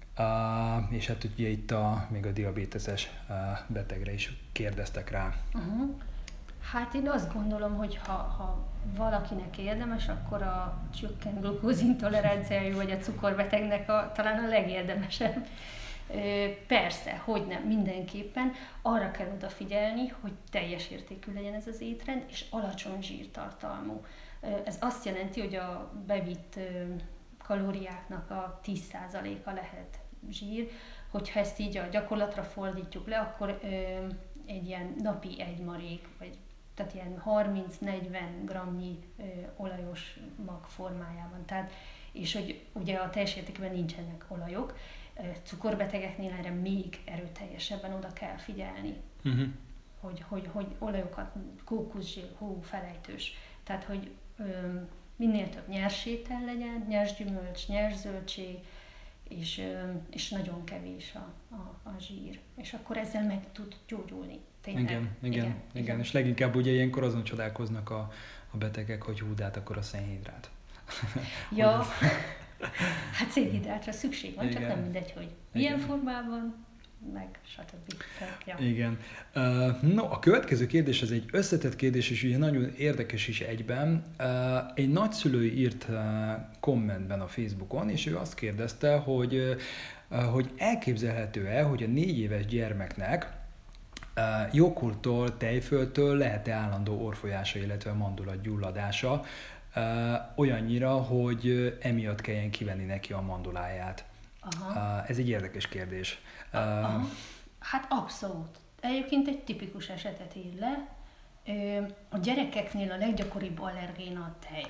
[SPEAKER 1] uh, és hát ugye itt a, még a diabéteses uh, betegre is kérdeztek rá.
[SPEAKER 2] Uh-huh. Hát én azt gondolom, hogy ha, ha valakinek érdemes, akkor a csökkent glukózintoleranciájú vagy a cukorbetegnek a, talán a legérdemesebb. Persze, hogy nem, mindenképpen arra kell odafigyelni, hogy teljes értékű legyen ez az étrend, és alacsony zsírtartalmú. Ez azt jelenti, hogy a bevitt kalóriáknak a tíz százaléka lehet zsír. Hogyha ezt így a gyakorlatra fordítjuk le, akkor egy ilyen napi egy marék, vagy tehát ilyen harminc-negyven grammnyi ö, olajos mag formájában. Tehát, és hogy ugye a teljes értékben nincsenek olajok, cukorbetegeknél erre még erőteljesebben oda kell figyelni, uh-huh. hogy, hogy, hogy olajokat, kókuszzsír, hú, felejtős. Tehát, hogy ö, minél több nyers étel legyen, nyers gyümölcs, nyers zöldség, és, ö, és nagyon kevés a, a, a zsír. És akkor ezzel meg tud gyógyulni. Tényleg.
[SPEAKER 1] Igen, igen, igen, igen, igen. És leginkább ugye ilyenkor azon csodálkoznak a, a betegek, hogy hú, de hát akkor a szénhidrát.
[SPEAKER 2] Ja, hát szénhidrátra szükség van, igen. Csak nem mindegy, hogy milyen
[SPEAKER 1] igen.
[SPEAKER 2] formában, meg stb. Ja.
[SPEAKER 1] Igen. Uh, no, a következő kérdés, ez egy összetett kérdés, és ugye nagyon érdekes is egyben. Uh, egy nagyszülő írt uh, kommentben a Facebookon, és ő azt kérdezte, hogy, uh, hogy elképzelhető-e, hogy a négy éves gyermeknek uh, joghurttól, tejföltől lehet-e állandó orfolyása, illetve mandulatgyulladása, uh, olyannyira, hogy emiatt kelljen kivenni neki a manduláját. Aha. Uh, ez egy érdekes kérdés. Uh,
[SPEAKER 2] Aha. Hát abszolút. Egyébként egy tipikus esetet ír le. A gyerekeknél a leggyakoribb allergén a tej.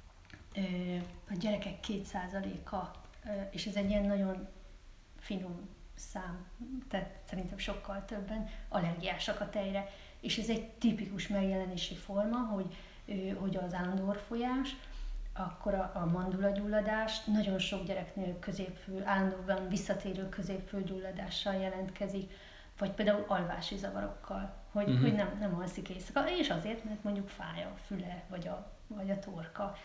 [SPEAKER 2] A gyerekek két százaléka, és ez egy ilyen nagyon finom szám, tehát szerintem sokkal többen allergiásak a tejre. És ez egy tipikus megjelenési forma, hogy, hogy az állandó orrfolyás, akkor a, a mandulagyulladás nagyon sok gyereknél középfül, állandóan visszatérő középfülgyulladással jelentkezik, vagy például alvási zavarokkal, hogy, uh-huh. hogy nem, nem alszik éjszaka, és azért, mert mondjuk fáj a füle, vagy a, vagy a torka.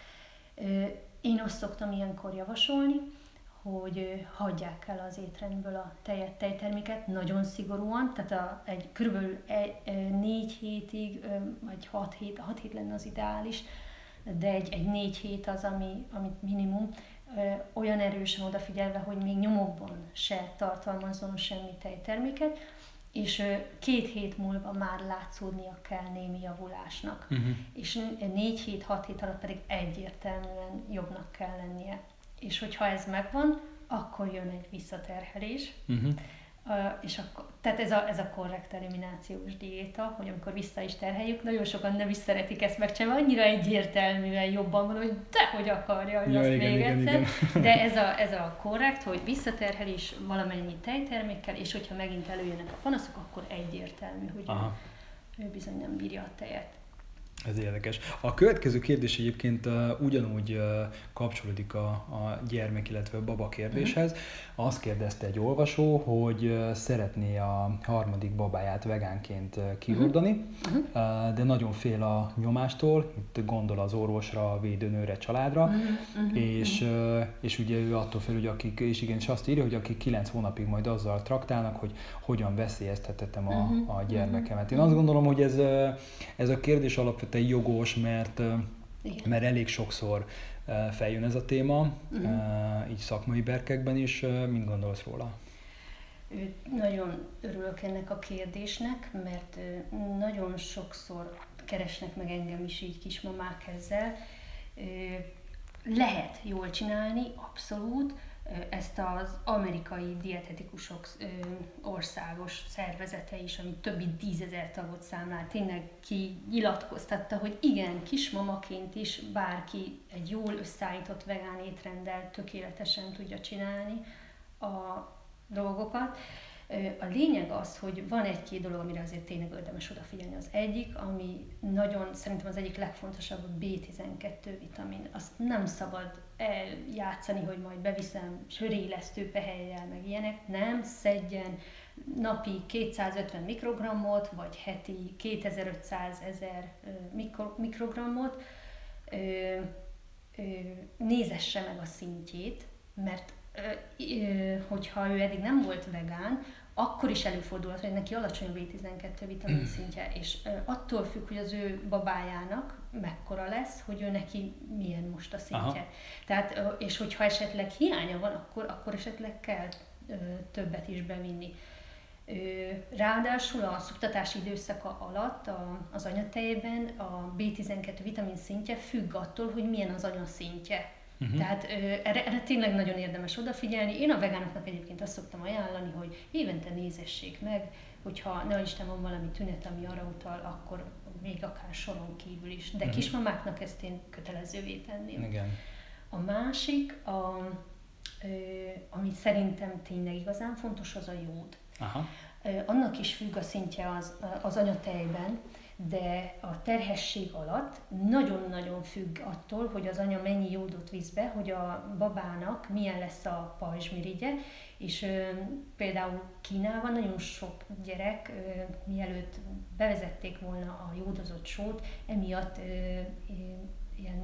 [SPEAKER 2] Én azt szoktam ilyenkor javasolni, hogy hagyják el az étrendből a tejet, tejterméket nagyon szigorúan, tehát a, egy, körülbelül egy, négy hétig, vagy hat hét, hat hét lenne az ideális, de egy, egy négy hét az, ami, amit minimum, ö, olyan erősen odafigyelve, hogy még nyomokban se tartalmazzon semmi tejterméket, és ö, két hét múlva már látszódnia kell némi javulásnak. Uh-huh. És négy hét, hat hét alatt pedig egyértelműen jobbnak kell lennie. És hogyha ez megvan, akkor jön egy visszaterhelés. Uh-huh. Uh, és akkor, tehát ez a, ez a korrekt eliminációs diéta, hogy amikor vissza is terheljük, nagyon sokan nem is szeretik ezt megcsinálni, annyira egyértelműen jobban van, hogy dehogy akarja, hogy ja, azt igen, még igen, egyszer. Igen. De ez a, ez a korrekt, hogy visszaterhelés valamennyi tejtermékkel, és hogyha megint előjönnek a panaszok, akkor egyértelmű, hogy ő, ő bizony nem bírja a tejet.
[SPEAKER 1] Ez érdekes. A következő kérdés egyébként uh, ugyanúgy uh, kapcsolódik a, a gyermek, illetve a baba kérdéshez. Uh-huh. Azt kérdezte egy olvasó, hogy uh, szeretné a harmadik babáját vegánként uh, kihordani, uh-huh. uh, de nagyon fél a nyomástól, itt gondol az orvosra, a védőnőre, családra, uh-huh. és, uh, és ugye ő attól fél, hogy akik, és igen, és azt írja, hogy akik kilenc hónapig majd azzal traktálnak, hogy hogyan veszélyeztethetem a, uh-huh. a gyermekemet. Én azt gondolom, hogy ez, ez a kérdés alapvetően jogos, mert, mert elég sokszor feljön ez a téma, uh-huh. így szakmai berkekben is. Mit gondolsz róla?
[SPEAKER 2] Nagyon örülök ennek a kérdésnek, mert nagyon sokszor keresnek meg engem is így kismamák ezzel. Lehet jól csinálni, abszolút. Ezt az amerikai dietetikusok országos szervezete is, ami többi tízezer tagot számlál, tényleg kinyilatkoztatta, hogy igen, kismamaként is bárki egy jól összeállított vegán étrenddel tökéletesen tudja csinálni a dolgokat. A lényeg az, hogy van egy-két dolog, amire azért tényleg érdemes odafigyelni. Az egyik, ami nagyon, szerintem az egyik legfontosabb, a bé tizenkettő vitamin. Azt nem szabad eljátszani, hogy majd beviszem sörélesztő pehelyjel, meg ilyenek. Nem, szedjen napi kétszázötven mikrogrammot, vagy heti kétezer-ötszáz-ezer mikrogrammot. Nézesse meg a szintjét, mert hogyha ő eddig nem volt vegán, akkor is előfordulhat, hogy neki alacsony a bé tizenkettő vitamin szintje, és attól függ, hogy az ő babájának mekkora lesz, hogy ő neki milyen most a szintje. Aha. Tehát, és hogyha esetleg hiánya van, akkor, akkor esetleg kell többet is bevinni. Ráadásul a szuktatási időszaka alatt az anyatejében a bé tizenkettő vitamin szintje függ attól, hogy milyen az anya szintje. Uh-huh. Tehát erre, erre tényleg nagyon érdemes odafigyelni. Én a vegánoknak egyébként azt szoktam ajánlani, hogy évente nézessék meg, hogyha ne Isten van valami tünet, ami arra utal, akkor még akár soron kívül is. De uh-huh. kismamáknak ezt én kötelezővé tenném.
[SPEAKER 1] Igen.
[SPEAKER 2] A másik, a, ö, ami szerintem tényleg igazán fontos, az a jód. Aha. Ö, annak is függ a szintje az, az anyatejben, de a terhesség alatt nagyon-nagyon függ attól, hogy az anya mennyi jódot visz be, hogy a babának milyen lesz a pajzsmirigye, és ö, például Kínában nagyon sok gyerek, ö, mielőtt bevezették volna a jódozott sót, emiatt ö, ilyen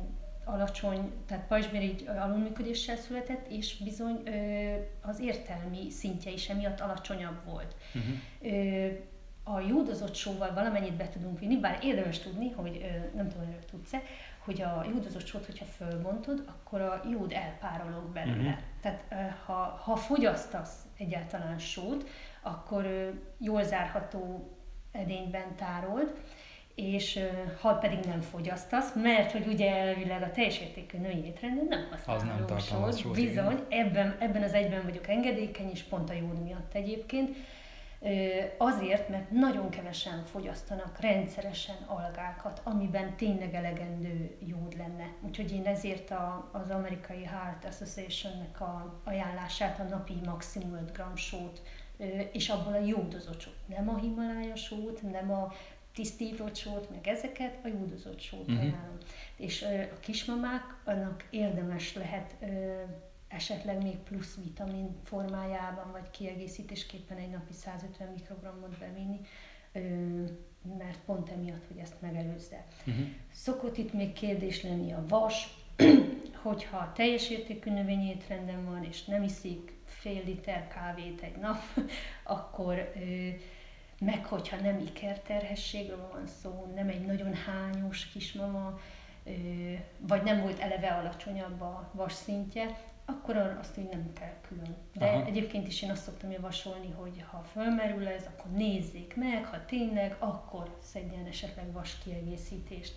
[SPEAKER 2] alacsony, tehát pajzsmirigy alulműködéssel született, és bizony ö, az értelmi szintje is emiatt alacsonyabb volt. Uh-huh. Ö, a jódozott sóval valamennyit be tudunk vinni, bár érdemes tudni, hogy ö, nem tudom, hogy tudsz-e, hogy a jódozott sót, hogyha fölbontod, akkor a jód elpárolog belőle. Uh-huh. Tehát ö, ha, ha fogyasztasz egyáltalán sót, akkor ö, jól zárható edényben tárold, és ha pedig nem fogyasztasz, mert hogy ugye elvileg a teljes értékű női étrenden nem használható sót. Sót, bizony, ebben, ebben az egyben vagyok engedékeny, és pont a jód miatt egyébként. Azért, mert nagyon kevesen fogyasztanak rendszeresen algákat, amiben tényleg elegendő jód lenne. Úgyhogy én ezért a, az amerikai Heart Association-nek a ajánlását, a napi maximum öt gramm sót, és abból a jódozott sót, nem a Himalája sót, nem a tisztított sót, meg ezeket, a jódozott sót uh-huh. ajánlom. És ö, a kismamáknak érdemes lehet ö, esetleg még plusz vitamin formájában, vagy kiegészítésképpen egy napi százötven mikrogrammot bevinni, ö, mert pont emiatt, hogy ezt megelőzze. Uh-huh. Szokott itt még kérdés lenni a vas, hogyha teljes értékű növényi étrenden van, és nem iszik fél liter kávét egy nap, akkor ö, meg hogyha nem ikerterhességről van szó, nem egy nagyon hányos kismama, vagy nem volt eleve alacsonyabb a vas szintje, akkor azt úgy nem kell külön. De aha. egyébként is én azt szoktam javasolni, hogy ha fölmerül ez, akkor nézzék meg, ha tényleg, akkor szedjen esetleg vas kiegészítést.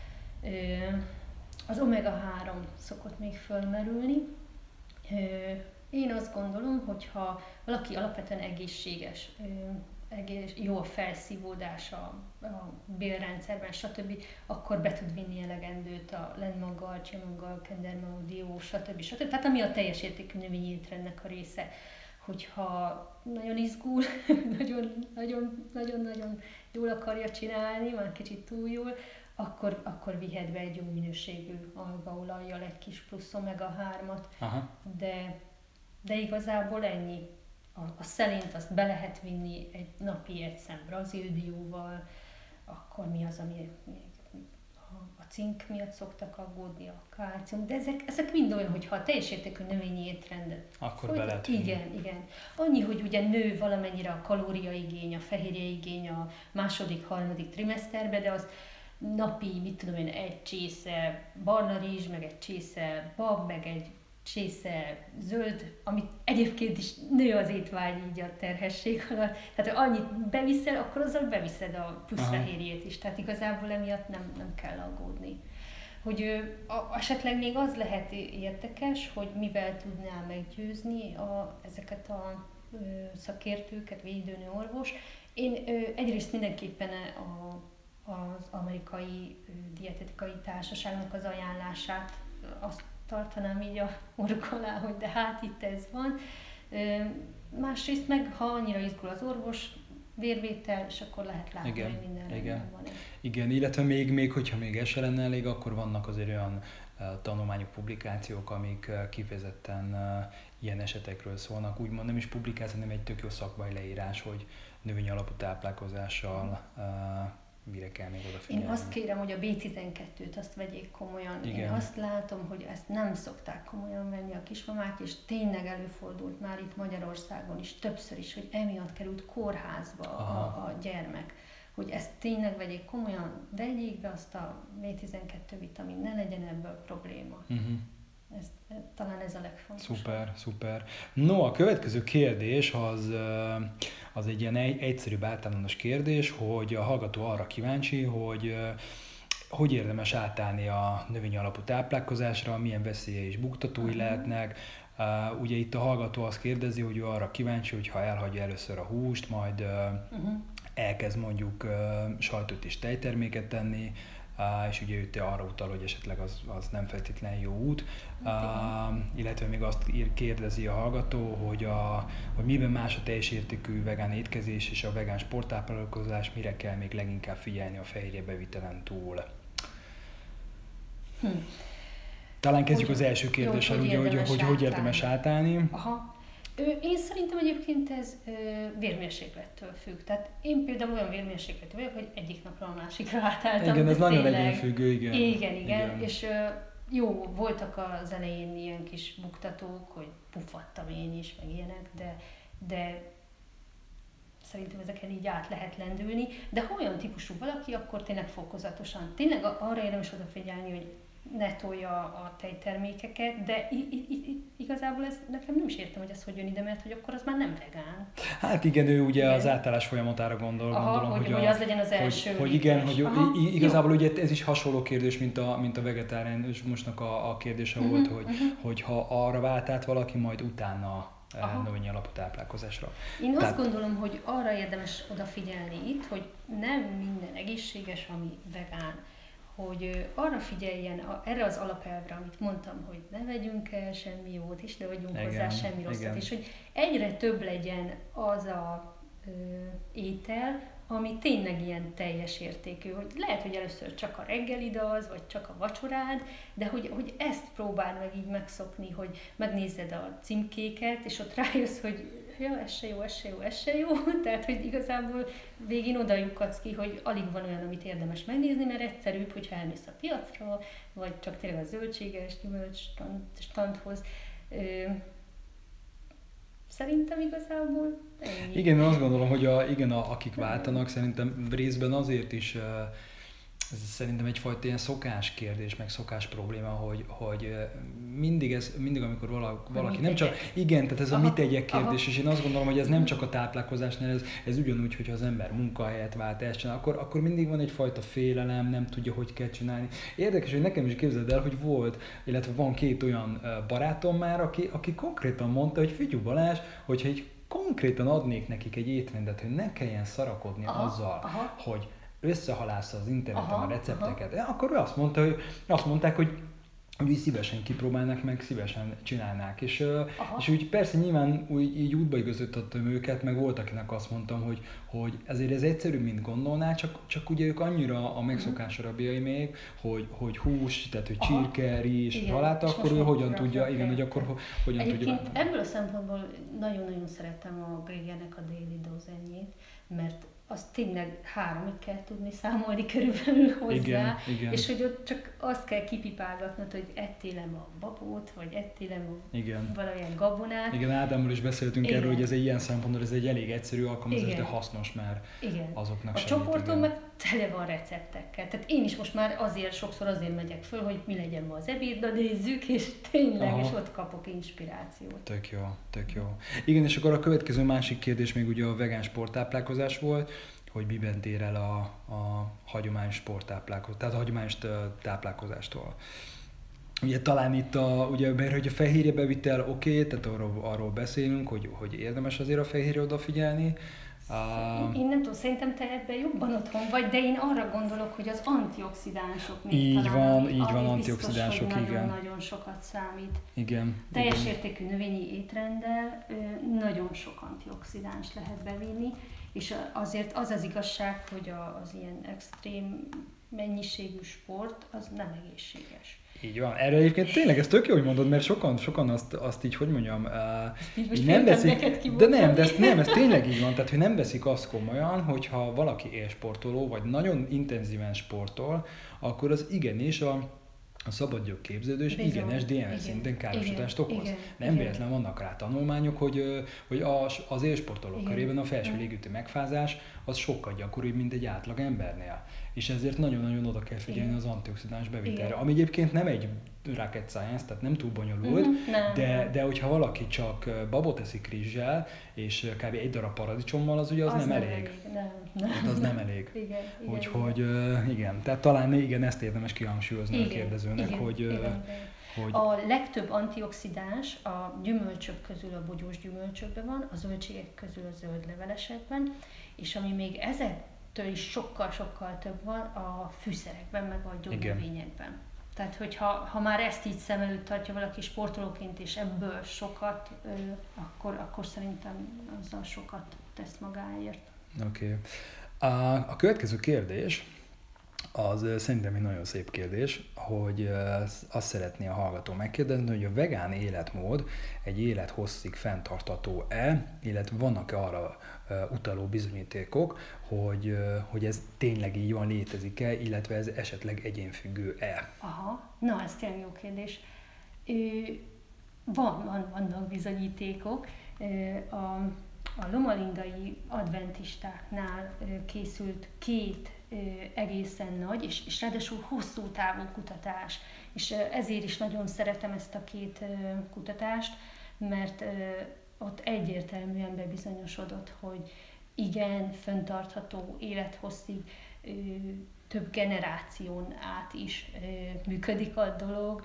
[SPEAKER 2] Az omega három szokott még fölmerülni. Én azt gondolom, hogy ha valaki alapvetően egészséges, egész, jó a felszívódás a, a bélrendszerben, stb., akkor be tud vinni elegendőt a lenmaggal, csimaggal, kendermaggal, stb. stb. Tehát ami a teljes értékű növényi étrendnek a része. Hogyha nagyon izgul, nagyon-nagyon jól akarja csinálni, már kicsit túl jól, akkor, akkor vihet be egy jó minőségű algaolajjal egy kis plusz omega hármat, de, de igazából ennyi. A, a szelint azt be lehet vinni egy napi egy szem brazil dióval, akkor mi az, ami a, a cink miatt szoktak aggódni, a kálcium, de ezek, ezek mind olyan, hogyha a teljes értékű növényi étrendet.
[SPEAKER 1] Akkor be lehet vinni.
[SPEAKER 2] Igen, igen. Annyi, hogy ugye nő valamennyire a kalóriaigény, a fehérjeigény a második, harmadik trimeszterbe, de az napi, mit tudom én, egy csésze barna rizs, meg egy csésze bab, meg egy csésze zöld, amit egyébként is nő az étvágy így a terhesség alatt. Tehát ha annyit beviszel, akkor azzal beviszed a plusz fehérjét is. Tehát igazából emiatt nem, nem kell aggódni. Hogy ö, a, esetleg még az lehet érdekes, hogy mivel tudnál meggyőzni a, ezeket a ö, szakértőket, védőnő orvos. Én ö, egyrészt mindenképpen a, az amerikai ö, dietetikai társaságnak az ajánlását azt tartanám így a orruk alá, hogy de hát itt ez van. Másrészt meg, ha annyira izgul az orvos, vérvétel, és akkor lehet látni,
[SPEAKER 1] igen,
[SPEAKER 2] hogy minden
[SPEAKER 1] igen.
[SPEAKER 2] van.
[SPEAKER 1] Igen, illetve még, még, hogyha még ez se lenne elég, akkor vannak azért olyan uh, tanulmányok, publikációk, amik uh, kifejezetten uh, ilyen esetekről szólnak. Úgymond nem is publikáció, hanem egy tök jó szakmai leírás, hogy növény alapú táplálkozással uh, mire kell még odafigyelni.
[SPEAKER 2] Én azt kérem, hogy a bé tizenkettőt azt vegyék komolyan. Igen. Én azt látom, hogy ezt nem szokták komolyan venni a kismamák, és tényleg előfordult már itt Magyarországon is többször is, hogy emiatt került kórházba a, a gyermek. Hogy ezt tényleg vegyék komolyan, vegyék be azt a bé tizenkettő vitamin, ne legyen ebből probléma. Uh-huh. Ez, talán ez a legfontosabb.
[SPEAKER 1] Szuper, szuper. No, a következő kérdés az, az egy ilyen egyszerűbb általános kérdés, hogy a hallgató arra kíváncsi, hogy hogy érdemes átállni a növény alapú táplálkozásra, milyen veszélye és buktatói uh-huh. lehetnek. Uh, ugye itt a hallgató azt kérdezi, hogy ő arra kíváncsi, hogy ha elhagyja először a húst, majd uh, uh-huh. elkezd mondjuk uh, sajtot és tejterméket tenni, Uh, és ugye ő arra utal, hogy esetleg az, az nem feltétlenül jó út, uh, illetve még azt kérdezi a hallgató, hogy, a, hogy miben más a teljes értékű vegán étkezés és a vegán sporttáplálkozás, mire kell még leginkább figyelni a fehérje bevitelen túl. Hm. Talán kezdjük hogy, az első kérdéssel, jó, hogy, ugye, hogy, hogy, hogy érdemes átállni.
[SPEAKER 2] Aha. Én szerintem egyébként ez vérmérséklettől függ. Tehát én például olyan vérmérsékletű vagyok, hogy egyik napról a másikra átálltam.
[SPEAKER 1] Igen, ez nagyon egyénfüggő, igen.
[SPEAKER 2] Igen, igen. igen. És jó, voltak az elején ilyen kis buktatók, hogy puffadtam én is, meg ilyenek, de, de szerintem ezeken így át lehet lendülni, de ha olyan típusú valaki, akkor tényleg fokozatosan. Tényleg arra érdemes odafigyelni, hogy ne tolja a tejtermékeket, de i- i- i- igazából ez, nekem nem is értem, hogy ez hogy jön ide, mert hogy akkor az már nem vegán.
[SPEAKER 1] Hát igen, ő ugye
[SPEAKER 2] igen.
[SPEAKER 1] az átállás folyamatára gondol,
[SPEAKER 2] Aha,
[SPEAKER 1] gondolom,
[SPEAKER 2] hogy,
[SPEAKER 1] hogy,
[SPEAKER 2] hogy
[SPEAKER 1] a,
[SPEAKER 2] az legyen az első
[SPEAKER 1] hogy, hogy igen, hogy
[SPEAKER 2] Aha,
[SPEAKER 1] i- igazából ugye ez is hasonló kérdés, mint a, mint a vegetáriánusnak a, a kérdése uh-huh, volt, hogy, uh-huh. hogy ha arra vált át valaki, majd utána növényi alapú táplálkozásra.
[SPEAKER 2] Én
[SPEAKER 1] Tehát...
[SPEAKER 2] azt gondolom, hogy arra érdemes odafigyelni itt, hogy nem minden egészséges, ami vegán. Hogy arra figyeljen, a, erre az alapelvre, amit mondtam, hogy ne vegyünk el semmi jót, és ne vegyünk igen, hozzá semmi rosszat, igen. És hogy egyre több legyen az a ö, étel, ami tényleg ilyen teljes értékű, hogy lehet, hogy először csak a reggelid az, vagy csak a vacsorád, de hogy, hogy ezt próbáld meg így megszokni, hogy megnézed a címkéket, és ott rájössz, hogy ja, ez se jó, ez se jó, ez se jó, tehát, hogy igazából végén oda lyukadsz ki, hogy alig van olyan, amit érdemes megnézni, mert egyszerűbb, hogyha elmész a piacra, vagy csak tényleg a zöldséges, gyümölcs standhoz. Szerintem igazából ennyi.
[SPEAKER 1] Igen, én azt gondolom, hogy a, igen, a, akik váltanak, szerintem részben azért is ez szerintem egyfajta ilyen szokás kérdés, meg szokás probléma, hogy, hogy mindig, ez, mindig amikor vala, valaki, nem csak, igen, tehát ez aha, a mit tegyek kérdés, aha. És én azt gondolom, hogy ez nem csak a táplálkozásnál, ez, ez ugyanúgy, hogyha az ember munkahelyet vált, ezt csinál, akkor, akkor mindig van egyfajta félelem, nem tudja, hogy kell csinálni. Érdekes, hogy nekem is képzeld el, hogy volt, illetve van két olyan barátom már, aki, aki konkrétan mondta, hogy figyelj Balázs, hogyha egy konkrétan adnék nekik egy étrendet, hogy ne kelljen szarakodni aha, azzal, aha. hogy összehalásza az interneten aha, a recepteket. Aha. Akkor ő azt mondta, hogy azt mondták, hogy úgy szívesen kipróbálnak, meg szívesen csinálnák. És, és úgy persze nyilván úgy, így útba igazítottam őket, meg volt, akinek azt mondtam, hogy, hogy ezért ez egyszerűbb, mint gondolná, csak, csak ugye ők annyira a megszokás rabjai még, hogy, hogy hús, tehát hogy csirke, rizs, haláta, akkor ő hogyan tudja, igen, hogy akkor ho, hogyan
[SPEAKER 2] Egyébként
[SPEAKER 1] tudja.
[SPEAKER 2] Ebből a szempontból nagyon-nagyon szeretem a Grégernek a Daily Dose-enjét, mert azt tényleg háromig kell tudni számolni körülbelül hozzá, igen, igen. És hogy ott csak azt kell kipipálgatnod, hogy ettél-e a babót, vagy ettél-e valamilyen gabonát.
[SPEAKER 1] Igen, Ádámmal is beszéltünk igen. erről, hogy ez egy ilyen szempontból, ez egy elég egyszerű alkalmazás, de hasznos már igen. azoknak
[SPEAKER 2] a
[SPEAKER 1] segít.
[SPEAKER 2] A csoportom meg tele van receptekkel. Tehát én is most már azért, sokszor azért megyek föl, hogy mi legyen ma az ebéd, de nézzük, és tényleg, aha. és ott kapok inspirációt.
[SPEAKER 1] Tök jó, tök jó. Igen, és akkor a következő másik kérdés még ugye a vegán sporttáplálkozás volt, hogy miben tér el a, a hagyományos sporttáplálkozást, tehát a hagyományos táplálkozástól. Ugye talán itt a, ugye, mert hogy a fehérje bevitel oké, okay, tehát arról, arról beszélünk, hogy, hogy érdemes azért a fehérje odafigyelni.
[SPEAKER 2] Uh, én nem tudom, szerintem te ebben jobban otthon vagy, de én arra gondolok, hogy az antioxidánsok még
[SPEAKER 1] így
[SPEAKER 2] talán,
[SPEAKER 1] van,
[SPEAKER 2] ami,
[SPEAKER 1] így van, antioxidánsok,
[SPEAKER 2] biztos,
[SPEAKER 1] igen.
[SPEAKER 2] nagyon-nagyon sokat számít.
[SPEAKER 1] Igen.
[SPEAKER 2] Teljes
[SPEAKER 1] igen.
[SPEAKER 2] értékű növényi étrenddel nagyon sok antioxidáns lehet bevinni, és azért az az igazság, hogy az ilyen extrém mennyiségű sport az nem egészséges.
[SPEAKER 1] Így van. Erre egyébként tényleg ez tök jó, hogy mondod, mert sokan, sokan azt, azt így, hogy mondjam, uh, nem veszik, de nem, de ezt, nem, ez tényleg így van, tehát hogy nem veszik azt komolyan, hogyha valaki élsportoló, vagy nagyon intenzíven sportol, akkor az igenis a a szabadgyök képződés igenes dé en es szinten károsítást okoz. Igen, nem véletlen vannak rá tanulmányok, hogy, hogy az élsportolók körében a felső légúti megfázás az sokkal gyakoribb, mint egy átlag embernél. És ezért nagyon-nagyon oda kell figyelni igen. az antioxidáns bevitelre. Ami egyébként nem egy rocket science, tehát nem túl bonyolult, mm-hmm, nem, de, nem. de hogyha valaki csak babot eszik rizssel, és kb. Egy darab paradicsommal, az ugye az, az nem, nem elég. elég. Nem, nem. Hát az nem elég.
[SPEAKER 2] Igen, igen,
[SPEAKER 1] Úgyhogy
[SPEAKER 2] igen.
[SPEAKER 1] igen, tehát talán igen, ezt érdemes kihangsúlyozni
[SPEAKER 2] igen,
[SPEAKER 1] a kérdezőnek,
[SPEAKER 2] igen,
[SPEAKER 1] hogy,
[SPEAKER 2] igen,
[SPEAKER 1] hogy...
[SPEAKER 2] A legtöbb antioxidáns a gyümölcsök közül a bogyós gyümölcsökben van, a zöldségek közül a zöld levelesekben, és ami még ezektől is sokkal-sokkal több van, a fűszerekben, meg a gyógynövényekben. Tehát, hogyha ha már ezt így szem előtt tartja valaki sportolóként, és ebből sokat, akkor, akkor szerintem azzal sokat tesz magáért.
[SPEAKER 1] Oké. Okay. A, a következő kérdés, Az szerintem egy nagyon szép kérdés, hogy azt szeretné a hallgató megkérdezni, hogy a vegán életmód egy élethosszig fenntartható-e, illetve vannak-e arra utaló bizonyítékok, hogy, hogy ez tényleg így van, létezik-e, illetve ez esetleg egyénfüggő-e?
[SPEAKER 2] Aha, na ez tényleg jó kérdés. Van, van, vannak bizonyítékok. A, a lomalingai adventistáknál készült két egészen nagy, és, és ráadásul hosszú távú kutatás. És ezért is nagyon szeretem ezt a két kutatást, mert ott egyértelműen bebizonyosodott, hogy igen, fenntartható élethosszig, több generáción át is működik a dolog.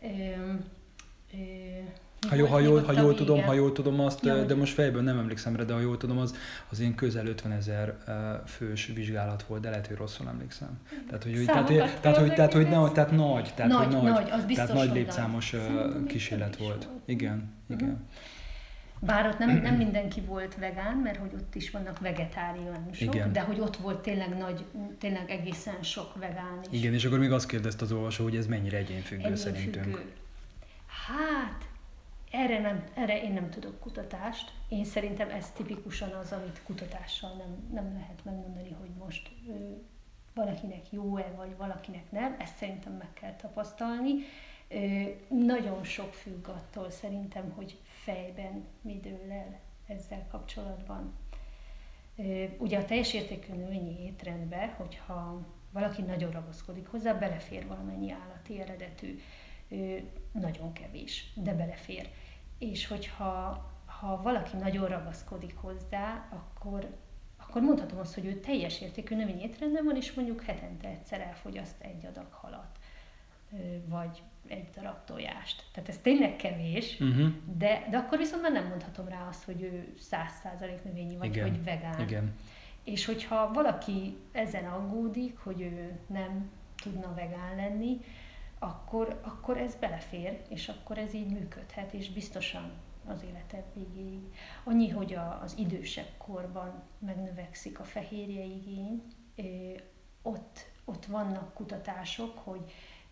[SPEAKER 1] Ha, jó, ha, jól, ha, jól tudom, ha jól tudom azt, ja, de most fejből nem emlékszem rá, de ha jól tudom, az, az ilyen közel ötvenezer fős vizsgálat volt, de lehet, hogy rosszul emlékszem. Tehát, hogy, tehát, hogy, tehát, hogy, tehát, hogy, ne, tehát nagy, tehát,
[SPEAKER 2] nagy,
[SPEAKER 1] hogy nagy,
[SPEAKER 2] nagy, az
[SPEAKER 1] tehát nagy lépszámos
[SPEAKER 2] nagy.
[SPEAKER 1] kísérlet volt. volt. Igen, uh-huh. igen.
[SPEAKER 2] Bár ott nem, nem mindenki volt vegán, mert hogy ott is vannak vegetáriánusok, igen. De hogy ott volt tényleg nagy, tényleg egészen sok vegán is.
[SPEAKER 1] Igen, és akkor még azt kérdezte az olvasó, hogy ez mennyire egyénfüggő, egyénfüggő. szerintünk.
[SPEAKER 2] Hát, erre, nem, erre én nem tudok kutatást. Én szerintem ez tipikusan az, amit kutatással nem, nem lehet megmondani, hogy most ö, valakinek jó-e, vagy valakinek nem. Ezt szerintem meg kell tapasztalni. Ö, nagyon sok függ attól szerintem, hogy fejben mi dől el ezzel kapcsolatban. Ö, ugye a teljes értékű növényi étrendbe, hogyha valaki nagyon ragaszkodik hozzá, belefér valamennyi állati eredetű. Nagyon kevés, de belefér. És hogyha ha valaki nagyon ragaszkodik hozzá, akkor, akkor mondhatom azt, hogy ő teljes értékű növényi étrenden van, és mondjuk hetente egyszer elfogyaszt egy adag halat, vagy egy darab tojást. Tehát ez tényleg kevés, uh-huh. de, de akkor viszont már nem mondhatom rá azt, hogy ő száz százalék növényi, vagy
[SPEAKER 1] igen.
[SPEAKER 2] hogy vegán.
[SPEAKER 1] Igen.
[SPEAKER 2] És hogyha valaki ezen aggódik, hogy ő nem tudna vegán lenni, Akkor, akkor ez belefér, és akkor ez így működhet, és biztosan az élete végéig. Annyi, hogy a, az idősebb korban megnövekszik a fehérje igény, ott, ott vannak kutatások, hogy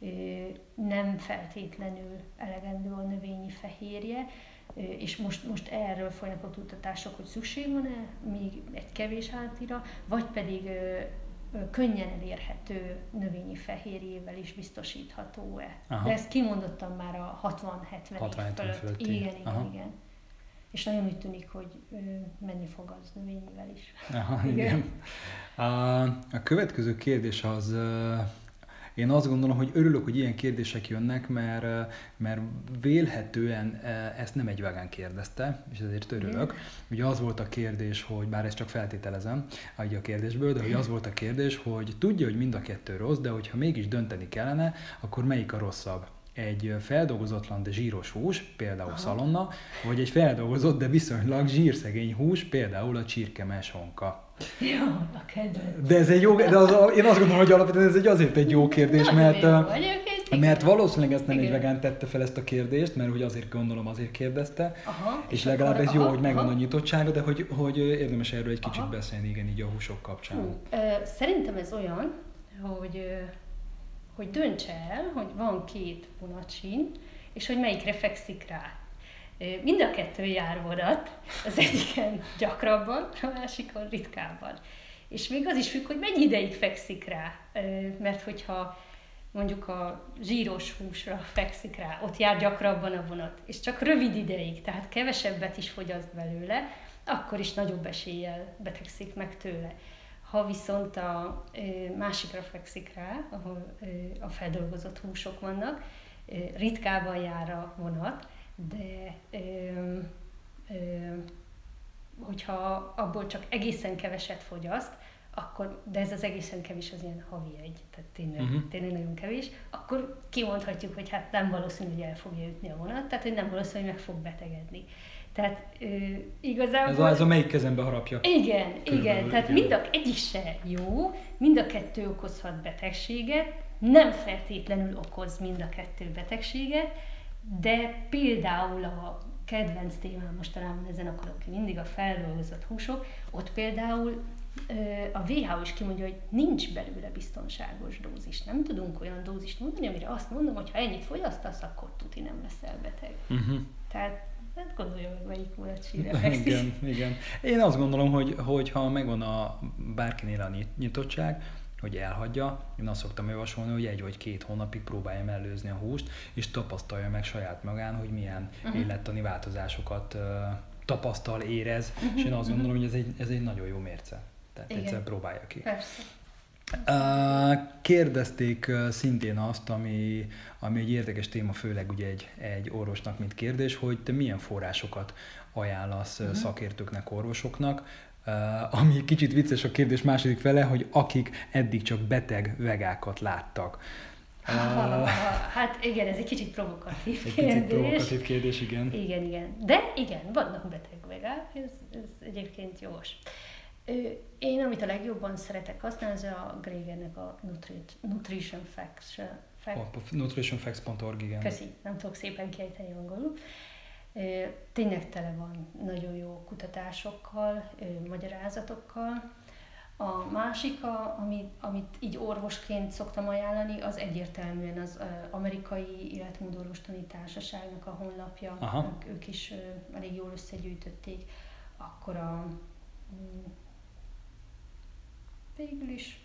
[SPEAKER 2] nem feltétlenül elegendő a növényi fehérje, és most, most erről folynak a kutatások, hogy szükség van-e még egy kevés állatira, vagy pedig könnyen elérhető növényi fehérjével is biztosítható-e. Aha. De ezt kimondottam már a hatvan-hetven fölött.
[SPEAKER 1] fölött.
[SPEAKER 2] Igen, igen, Aha. igen. És nagyon úgy tűnik, hogy menni fog az növényivel is.
[SPEAKER 1] Aha, igen. igen. A, a következő kérdés az, én azt gondolom, hogy örülök, hogy ilyen kérdések jönnek, mert, mert vélhetően ezt nem egy vegán kérdezte, és ezért örülök. Ugye az volt a kérdés, hogy, bár ezt csak feltételezem így a kérdésből, de hogy az volt a kérdés, hogy tudja, hogy mind a kettő rossz, de hogyha mégis dönteni kellene, akkor melyik a rosszabb? Egy feldolgozatlan, de zsíros hús, például Aha. szalonna, vagy egy feldolgozott, de viszonylag zsírszegény hús, például a csirkemesonka.
[SPEAKER 2] Jó, a kedvenc.
[SPEAKER 1] De ez egy jó, de az, én azt gondolom, hogy alapvetően ez egy azért egy jó kérdés, mert, mert valószínűleg ezt nem igen. egy vegán tette fel ezt a kérdést, mert hogy azért gondolom, azért kérdezte,
[SPEAKER 2] aha,
[SPEAKER 1] és, és legalább ez aha, jó, hogy megvan aha. a nyitottsága, de hogy, hogy érdemes erről egy kicsit aha. beszélni, igen, így a húsok kapcsán. Hú,
[SPEAKER 2] szerintem ez olyan, hogy, hogy döntse el, hogy van két vonatsín, és hogy melyikre fekszik rá. Mind a kettő jár vonat, az egyiken gyakrabban, a másikon ritkábban. És még az is függ, hogy mennyi ideig fekszik rá, mert hogyha mondjuk a zsíros húsra fekszik rá, ott jár gyakrabban a vonat, és csak rövid ideig, tehát kevesebbet is fogyaszt belőle, akkor is nagyobb eséllyel betegszik meg tőle. Ha viszont a másikra fekszik rá, ahol a feldolgozott húsok vannak, ritkában jár a vonat, de ö, ö, hogyha abból csak egészen keveset fogyaszt, akkor, de ez az egészen kevés az ilyen havi egy, tehát tényleg, uh-huh. tényleg nagyon kevés, akkor kimondhatjuk, hogy hát nem valószínű, hogy el fogja ütni a vonat, tehát hogy nem valószínű, hogy meg fog betegedni. Tehát ö, igazából...
[SPEAKER 1] Ez a, ez a melyik kezembe harapja.
[SPEAKER 2] Igen, körülbelül, igen, tehát mind a, egyik se jó, mind a kettő okozhat betegséget, nem feltétlenül okoz mind a kettő betegséget, de például a kedvenc témám mostanában ezen akarok ki mindig a feldolgozott húsok, ott például a vé há o is kimondja, hogy nincs belőle biztonságos dózis. Nem tudunk olyan dózist mondani, amire azt mondom, hogy ha ennyit fogyasztasz, akkor tuti nem leszel beteg. Uh-huh. Tehát hát gondolja meg, melyik volt sírre.
[SPEAKER 1] Igen, igen. Én azt gondolom, hogy, hogy ha megvan a bárkinél a nyitottság, hogy elhagyja, én azt szoktam javasolni, hogy egy vagy két hónapig próbálja mellőzni a húst, és tapasztalja meg saját magán, hogy milyen uh-huh. élettani változásokat uh, tapasztal, érez, uh-huh. és én azt gondolom, hogy ez egy, ez egy nagyon jó mérce. Tehát igen. Egyszer próbálja ki.
[SPEAKER 2] Persze.
[SPEAKER 1] Uh, kérdezték uh, szintén azt, ami, ami egy érdekes téma, főleg ugye egy, egy orvosnak, mint kérdés, hogy te milyen forrásokat ajánlasz uh-huh. szakértőknek, orvosoknak, uh, ami kicsit vicces a kérdés második fele, hogy akik eddig csak beteg vegákat láttak.
[SPEAKER 2] Uh, hát igen, ez egy kicsit provokatív
[SPEAKER 1] egy
[SPEAKER 2] kérdés.
[SPEAKER 1] Egy picit provokatív kérdés, igen.
[SPEAKER 2] Igen, igen. De igen, vannak beteg vegák, ez, ez egyébként jogos. Én, amit a legjobban szeretek használni, az a Gregernek a Nutrition Facts.
[SPEAKER 1] Fact. nutrition facts pont org, igen.
[SPEAKER 2] Köszi, nem tudok szépen kiejteni angolul. Tényleg tele van nagyon jó kutatásokkal, magyarázatokkal. A másik, a, amit, amit így orvosként szoktam ajánlani, az egyértelműen az Amerikai Életmódorvostani Társaságnak a honlapja. Ők, ők is elég jól összegyűjtötték. Akkor a végül is.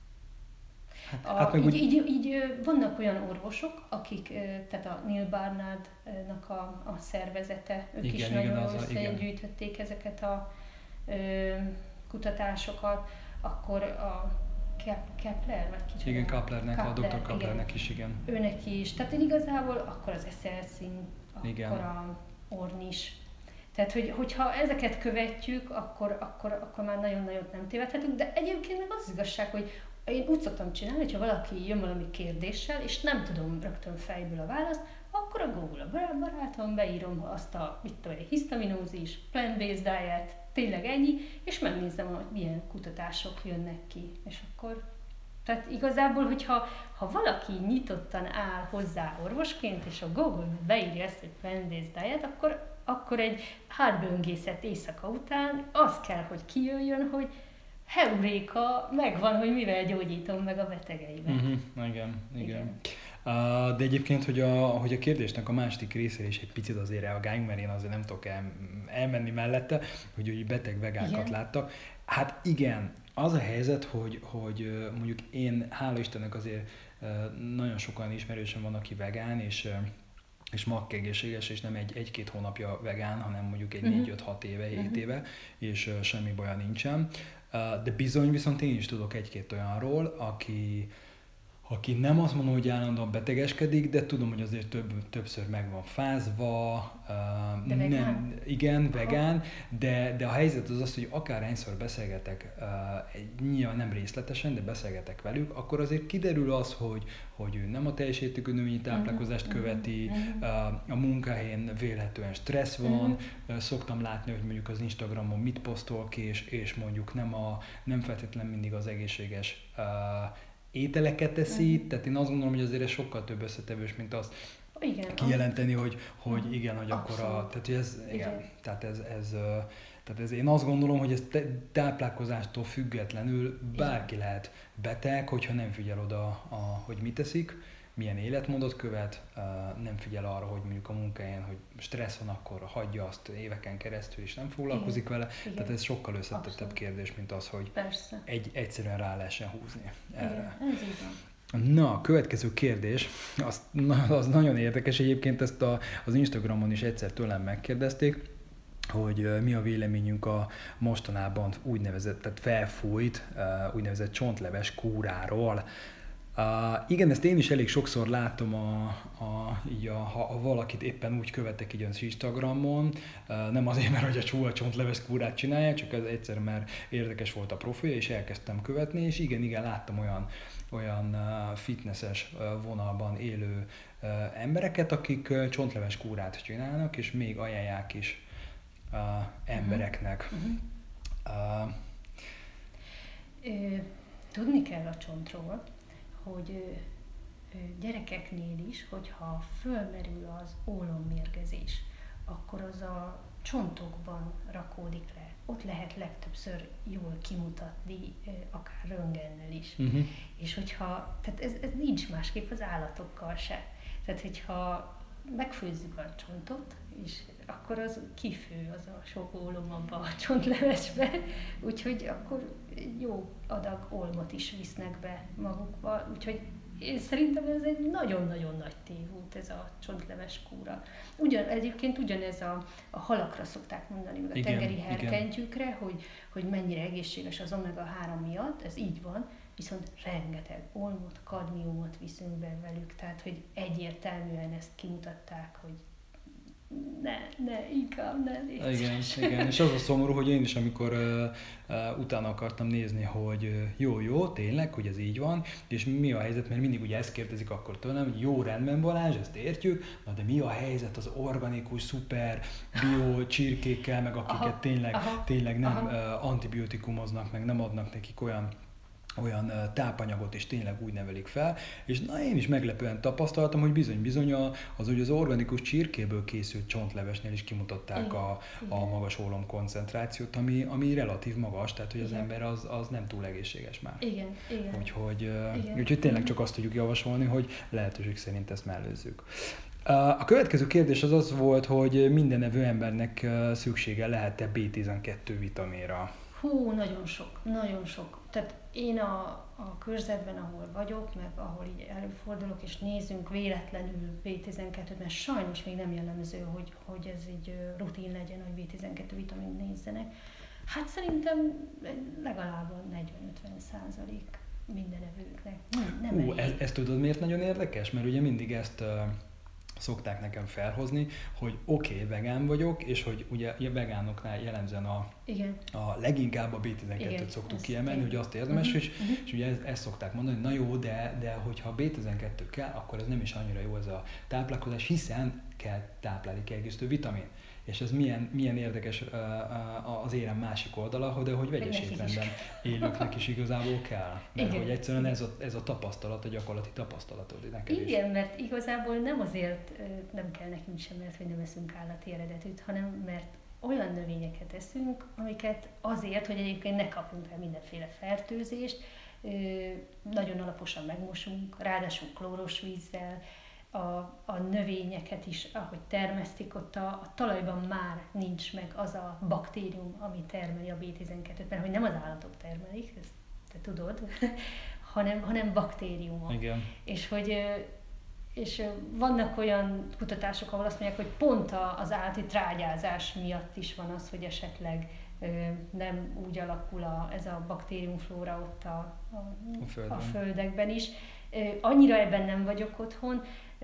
[SPEAKER 2] Hát, a, hát így, úgy... így, így vannak olyan orvosok, akik, tehát a Neil Barnardnak a, a szervezete, ők igen, is igen, nagyon jól összegyűjtötték ezeket a ö, kutatásokat, akkor a Kepler, vagy kicsit?
[SPEAKER 1] Igen, Kaplernek, Kapler, a doktor Kaplernek igen. is, igen.
[SPEAKER 2] Őnek is, tehát én igazából akkor az Esselszín, akkor igen. a Ornis. Tehát, hogy, hogyha ezeket követjük, akkor, akkor, akkor már nagyon-nagyon nem tévedhetünk, de egyébként meg az igazság, hogy én úgy szoktam csinálni, hogyha valaki jön valami kérdéssel, és nem tudom rögtön fejből a választ, akkor a Google-a barátom, beírom azt a, mit tudom, hisztaminózis, plant-based diet, tényleg ennyi, és megnézem, hogy milyen kutatások jönnek ki. És akkor, tehát igazából, hogyha ha valaki nyitottan áll hozzá orvosként, és a Google-ben beírja ezt, hogy plant-based diet, akkor akkor egy hátböngészet éjszaka után az kell, hogy kijöjjön, hogy heuréka, megvan, hogy mivel gyógyítom meg a betegeimet.
[SPEAKER 1] Uh-huh. Igen, igen. igen. Uh, de egyébként, hogy a, hogy a kérdésnek a második részére is egy picit azért reagáljunk, mert én azért nem tudok el, elmenni mellette, hogy, hogy beteg vegákat igen. láttak. Hát igen, az a helyzet, hogy, hogy mondjuk én, hála Istennek azért nagyon sokan ismerősen van, aki vegán, és és makkegészséges, és nem egy, egy-két hónapja vegán, hanem mondjuk egy uh-huh. négy-öt-hat éve, hét uh-huh. éve, és uh, semmi baja nincsen. Uh, de bizony viszont én is tudok egy-két olyanról, aki, aki nem azt mondom, hogy állandóan betegeskedik, de tudom, hogy azért több, többször meg van fázva, uh,
[SPEAKER 2] de vegán?
[SPEAKER 1] Nem, igen, vegán, de, de a helyzet az az, hogy akárhányszor beszélgetek, uh, nyilván nem részletesen, de beszélgetek velük, akkor azért kiderül az, hogy, hogy ő nem a teljes értékű növényi táplálkozást követi, uh, a munkahelyén vélhetően stressz van, uh, szoktam látni, hogy mondjuk az Instagramon mit posztol ki, és, és mondjuk nem, a, nem feltétlenül mindig az egészséges uh, ételeket teszi, uh-huh. tehát én azt gondolom, hogy azért ez sokkal több összetevős, mint azt igen, kijelenteni, hogy, hogy igen, hogy abszolút. Akkor a, tehát ez, igen, igen. Tehát ez, ez, tehát ez, én azt gondolom, hogy ez táplálkozástól függetlenül bárki igen. lehet beteg, hogyha nem figyel oda, a, hogy mit teszik, milyen életmódot követ, nem figyel arra, hogy mondjuk a munkáján, hogy stressz van, akkor hagyja azt éveken keresztül, és nem foglalkozik igen. vele. Igen. Tehát ez sokkal összetettebb abszolút. Kérdés, mint az, hogy Persze. egy egyszerűen rá lehessen húzni erre.
[SPEAKER 2] Igen, ez így van.
[SPEAKER 1] Na, a következő kérdés, az, az nagyon érdekes, egyébként ezt a, az Instagramon is egyszer tőlem megkérdezték, hogy mi a véleményünk a mostanában úgynevezett, tehát felfújt, úgynevezett csontleves kúráról. Uh, igen, ezt én is elég sokszor látom, a, a, így a, ha, ha valakit éppen úgy követek így az Instagramon, uh, nem azért, mert hogy a csúva csontleves kúrát csinálja, csak ez egyszer, mert érdekes volt a profilja, és elkezdtem követni, és igen, igen, láttam olyan, olyan uh, fitnesses uh, vonalban élő uh, embereket, akik uh, csontleves kúrát csinálnak, és még ajánlják is uh, embereknek. Uh-huh.
[SPEAKER 2] Uh, Tudni kell a csontról, hogy gyerekeknél is, hogyha fölmerül az ólommérgezés, akkor az a csontokban rakódik le. Ott lehet legtöbbször jól kimutatni, akár röntgennel is. Uh-huh. És hogyha, tehát ez, ez nincs másképp az állatokkal se. Tehát, hogyha megfőzzük a csontot, és akkor az kifő, az a sok ólom abba a csontlevesbe, úgyhogy akkor jó adag olmot is visznek be magukba, úgyhogy én szerintem ez egy nagyon-nagyon nagy tévút, ez a csontleves kúra. Ugyan, egyébként ugyanez a, a halakra szokták mondani, meg a igen, tengeri herkentyűkre, hogy, hogy mennyire egészséges az omega három miatt, ez így van, viszont rengeteg olmot, kadmiumot viszünk be velük, tehát hogy egyértelműen ezt kimutatták, hogy ne, ne, inkább ne légy.
[SPEAKER 1] Igen, igen, és az a szomorú, hogy én is, amikor uh, uh, utána akartam nézni, hogy uh, jó, jó, tényleg, hogy ez így van, és mi a helyzet, mert mindig ugye ezt kérdezik akkor tőlem, hogy jó, rendben Balázs, ezt értjük, na de mi a helyzet az organikus, szuper, bio csirkékkel, meg akiket aha, tényleg, aha, tényleg nem uh, antibiotikumoznak, meg nem adnak nekik olyan olyan tápanyagot is tényleg úgy nevelik fel, és na én is meglepően tapasztaltam, hogy bizony-bizony az, hogy az organikus csirkéből készült csontlevesnél is kimutatták igen, a, a magas ólom koncentrációt, ami, ami relatív magas, tehát hogy az igen. ember az, az nem túl egészséges már.
[SPEAKER 2] Igen, igen.
[SPEAKER 1] Úgyhogy, igen. úgyhogy tényleg csak azt tudjuk javasolni, hogy lehetőség szerint ezt mellőzzük. A következő kérdés az az volt, hogy minden evő embernek szüksége lehet-e bé tizenkettő vitaminra?
[SPEAKER 2] Hú, nagyon sok, nagyon sok. Tehát én a, a körzetben, ahol vagyok, meg ahol így előfordulok, és nézünk véletlenül bé tizenkettőt, mert sajnos még nem jellemző, hogy, hogy ez így rutin legyen, hogy bé tizenkettő vitamin nézzenek. Hát szerintem legalább negyven-ötven százalék minden evőknek. Nem, nem
[SPEAKER 1] Hú, ez, ezt tudod miért nagyon érdekes? Mert ugye mindig ezt uh, szokták nekem felhozni, hogy oké, okay, vegán vagyok, és hogy ugye a vegánoknál jellemzően a,
[SPEAKER 2] igen.
[SPEAKER 1] a leginkább a bé tizenkettőt igen, szoktuk kiemelni, hogy azt érdemes, uh-huh. és, uh-huh. és ugye ezt, ezt szokták mondani, na jó, de, de hogyha bé tizenkettő kell, akkor ez nem is annyira jó ez a táplálkozás, hiszen kell táplálék kiegészítő vitamin. És ez milyen, milyen érdekes az érem másik oldala, de hogy vegyes étrendben élőknek is igazából kell. Mert igen. hogy egyszerűen ez a, ez a tapasztalat, a gyakorlati tapasztalatod neked is.
[SPEAKER 2] Igen, mert igazából nem azért nem kell nekünk sem, mert hogy nem eszünk állati eredetűt, hanem mert olyan növényeket eszünk, amiket azért, hogy egyébként ne kapjunk el mindenféle fertőzést, nagyon alaposan megmosunk, ráadásul klóros vízzel, A, a növényeket is, ahogy termesztik, ott a, a talajban már nincs meg az a baktérium, ami termeli a bé tizenkettőt, mert hogy nem az állatok termelik, ezt te tudod, hanem, hanem baktériumok.
[SPEAKER 1] Igen.
[SPEAKER 2] És hogy és vannak olyan kutatások, ahol azt mondják, hogy pont az állati trágyázás miatt is van az, hogy esetleg nem úgy alakul a, ez a baktériumflóra ott a, a, a, a földekben is. Annyira ebben nem vagyok otthon,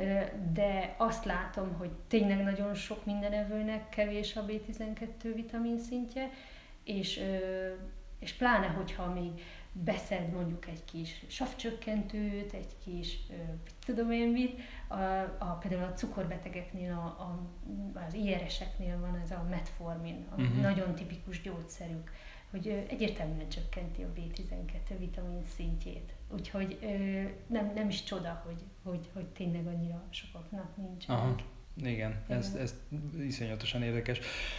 [SPEAKER 2] de azt látom, hogy tényleg nagyon sok mindenevőnek kevés a bé tizenkettő vitamin szintje, és, és pláne, hogyha még beszed mondjuk egy kis savcsökkentőt, egy kis, mit tudom én mit, a, a, például a cukorbetegeknél, a, a, az i er eseknél van ez a metformin, a uh-huh. nagyon tipikus gyógyszerük, hogy egyértelműen csökkenti a bé tizenkettő vitamin szintjét. Úgyhogy nem, nem is csoda, hogy, hogy, hogy tényleg annyira sokaknak nincs.
[SPEAKER 1] Aha, igen, ez, ez iszonyatosan érdekes.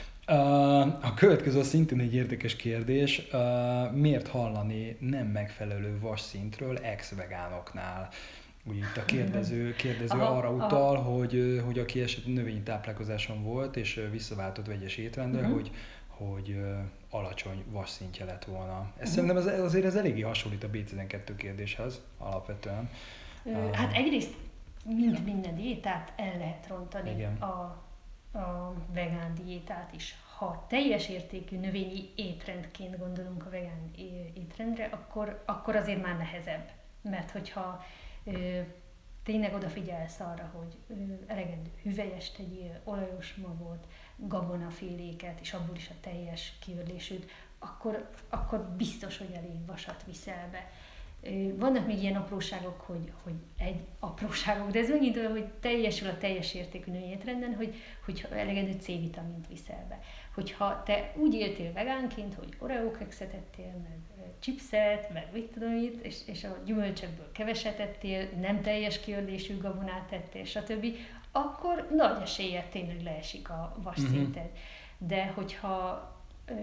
[SPEAKER 1] A következő szintén egy érdekes kérdés. Miért hallani nem megfelelő vasszintről ex-vegánoknál? Úgy itt a kérdező, kérdező aha, arra utal, aha. hogy, hogy aki esetleg növényi táplálkozáson volt és visszaváltott vegyes étrendre, uh-huh. hogy hogy uh, alacsony vasszintje lett volna. Ez uh-huh. szerintem ez, azért ez eléggé hasonlít a bé tizenkettő kérdéshez alapvetően.
[SPEAKER 2] Uh, hát egyrészt mind minden diétát el lehet rontani,
[SPEAKER 1] igen.
[SPEAKER 2] a, a vegán diétát is. Ha teljes értékű növényi étrendként gondolunk a vegán étrendre, akkor, akkor azért már nehezebb. Mert hogyha uh, tényleg odafigyelsz arra, hogy uh, elegendő hüvelyest tegyél, olajos magot, gabonaféléket, és abból is a teljes kiörlésűt, akkor, akkor biztos, hogy elég vasat viszel be. Vannak még ilyen apróságok, hogy, hogy egy apróságok, de ez megint olyan, hogy teljesül a teljes értékű női étrenden, hogy, hogy elegendő C-vitamint viszel be. Hogyha te úgy éltél vegánként, hogy Oreo kekszet ettél, meg chipset, meg mit tudom itt, és, és a gyümölcsökből keveset ettél, nem teljes kiörlésű gabonát ettél, stb., akkor nagy eséllyel tényleg leesik a vasszinted. Uh-huh. De hogyha, ö,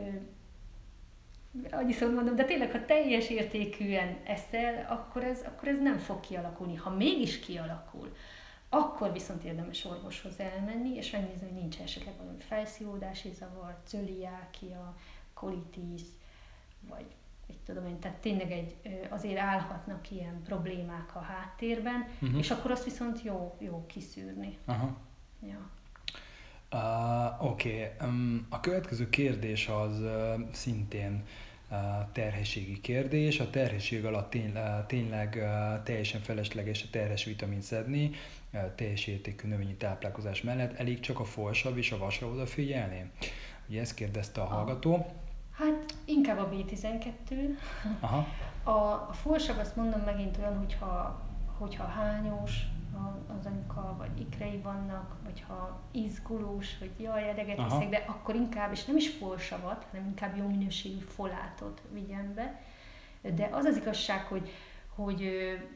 [SPEAKER 2] annyiszor mondom, de tényleg, ha teljes értékűen eszel, akkor ez, akkor ez nem fog kialakulni. Ha mégis kialakul, akkor viszont érdemes orvoshoz elmenni, és megnézni, hogy nincs esetleg valami felszívódási zavar, cöliákia, kolitis, vagy így tudom én, tehát tényleg egy, azért állhatnak ilyen problémák a háttérben, uh-huh. és akkor azt viszont jó, jó kiszűrni.
[SPEAKER 1] Aha.
[SPEAKER 2] Ja.
[SPEAKER 1] Uh, Oké, okay. um, a következő kérdés az uh, szintén uh, terhességi kérdés. A terhesség alatt tény, uh, tényleg uh, teljesen felesleges a terhes vitamint szedni, uh, teljes értékű növényi táplálkozás mellett elég csak a folsav és a vasra odafigyelni? Ugye ezt kérdezte a hallgató.
[SPEAKER 2] Hát inkább a bé tizenkettő.
[SPEAKER 1] Aha.
[SPEAKER 2] A, a folsav, azt mondom megint olyan, hogyha, hogyha hányós az anyuka, vagy ikrei vannak, vagy ha izgulós, hogy jaj, eleget viszek, de akkor inkább, és nem is folsavat, hanem inkább jó minőségű folátot vigyen be. De az az igazság, hogy, hogy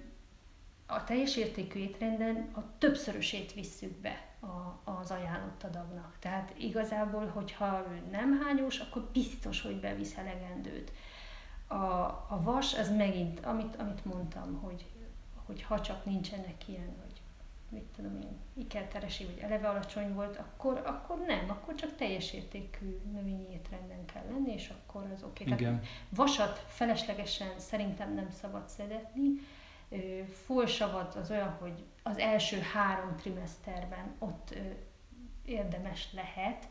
[SPEAKER 2] a teljes értékű étrenden a többszörösét visszük be a, az ajánlott adagnak. Tehát igazából, hogyha nem hányós, akkor biztos, hogy bevisz elegendőt. A, a vas, az megint, amit, amit mondtam, hogy, hogy ha csak nincsenek ilyen, hogy mit tudom én, ikerteresi, vagy eleve alacsony volt, akkor, akkor nem, akkor csak teljes értékű növényi étrenden kell lenni, és akkor az oké. Okay. Vasat feleslegesen szerintem nem szabad szedetni. Folsavat az olyan, hogy az első három trimeszterben ott érdemes lehet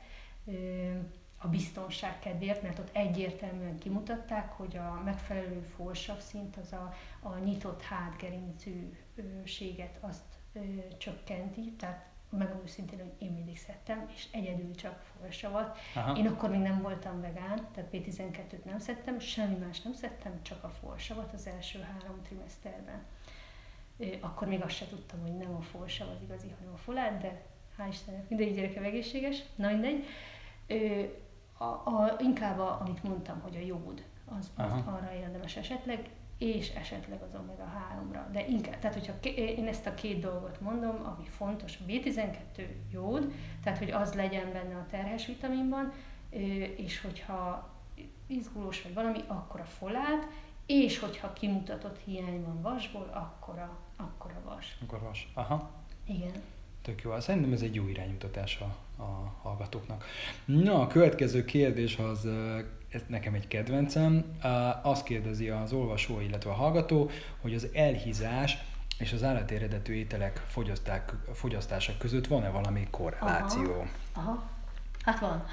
[SPEAKER 2] a biztonság kedvéért, mert ott egyértelműen kimutatták, hogy a megfelelő folsav szint az a, a nyitott hátgerincűséget azt ö, csökkenti, tehát megmondom őszintén, hogy én mindig szedtem, és egyedül csak folsavat. Aha. Én akkor még nem voltam vegán, tehát bé tizenkettőt nem szedtem, semmi más nem szedtem, csak a folsavat az első három trimeszterben. Ö, akkor még azt se tudtam, hogy nem a folsav az igazi, hanem a folát, de hál' Istennek mindegyik gyereke egészséges, na mindegy. Ö, a, a, inkább, a, amit mondtam, hogy a jód, az, az arra érdemes esetleg, és esetleg az omega háromra. De inkább, tehát hogyha én ezt a két dolgot mondom, ami fontos, a bé tizenkettő jód, tehát hogy az legyen benne a terhes vitaminban, és hogyha izgulós vagy valami, akkor a folát, és hogyha kimutatott hiány van vasból, akkor a, akkor a vas.
[SPEAKER 1] Akkor vas. Aha.
[SPEAKER 2] Igen.
[SPEAKER 1] Tök jó. Szerintem ez egy jó iránymutatás a, a hallgatóknak. Na, a következő kérdés az, ez nekem egy kedvencem. Azt kérdezi az olvasó, illetve a hallgató, hogy az elhízás és az állati eredetű ételek fogyasztása között van-e valami korreláció?
[SPEAKER 2] Aha, aha. Hát van.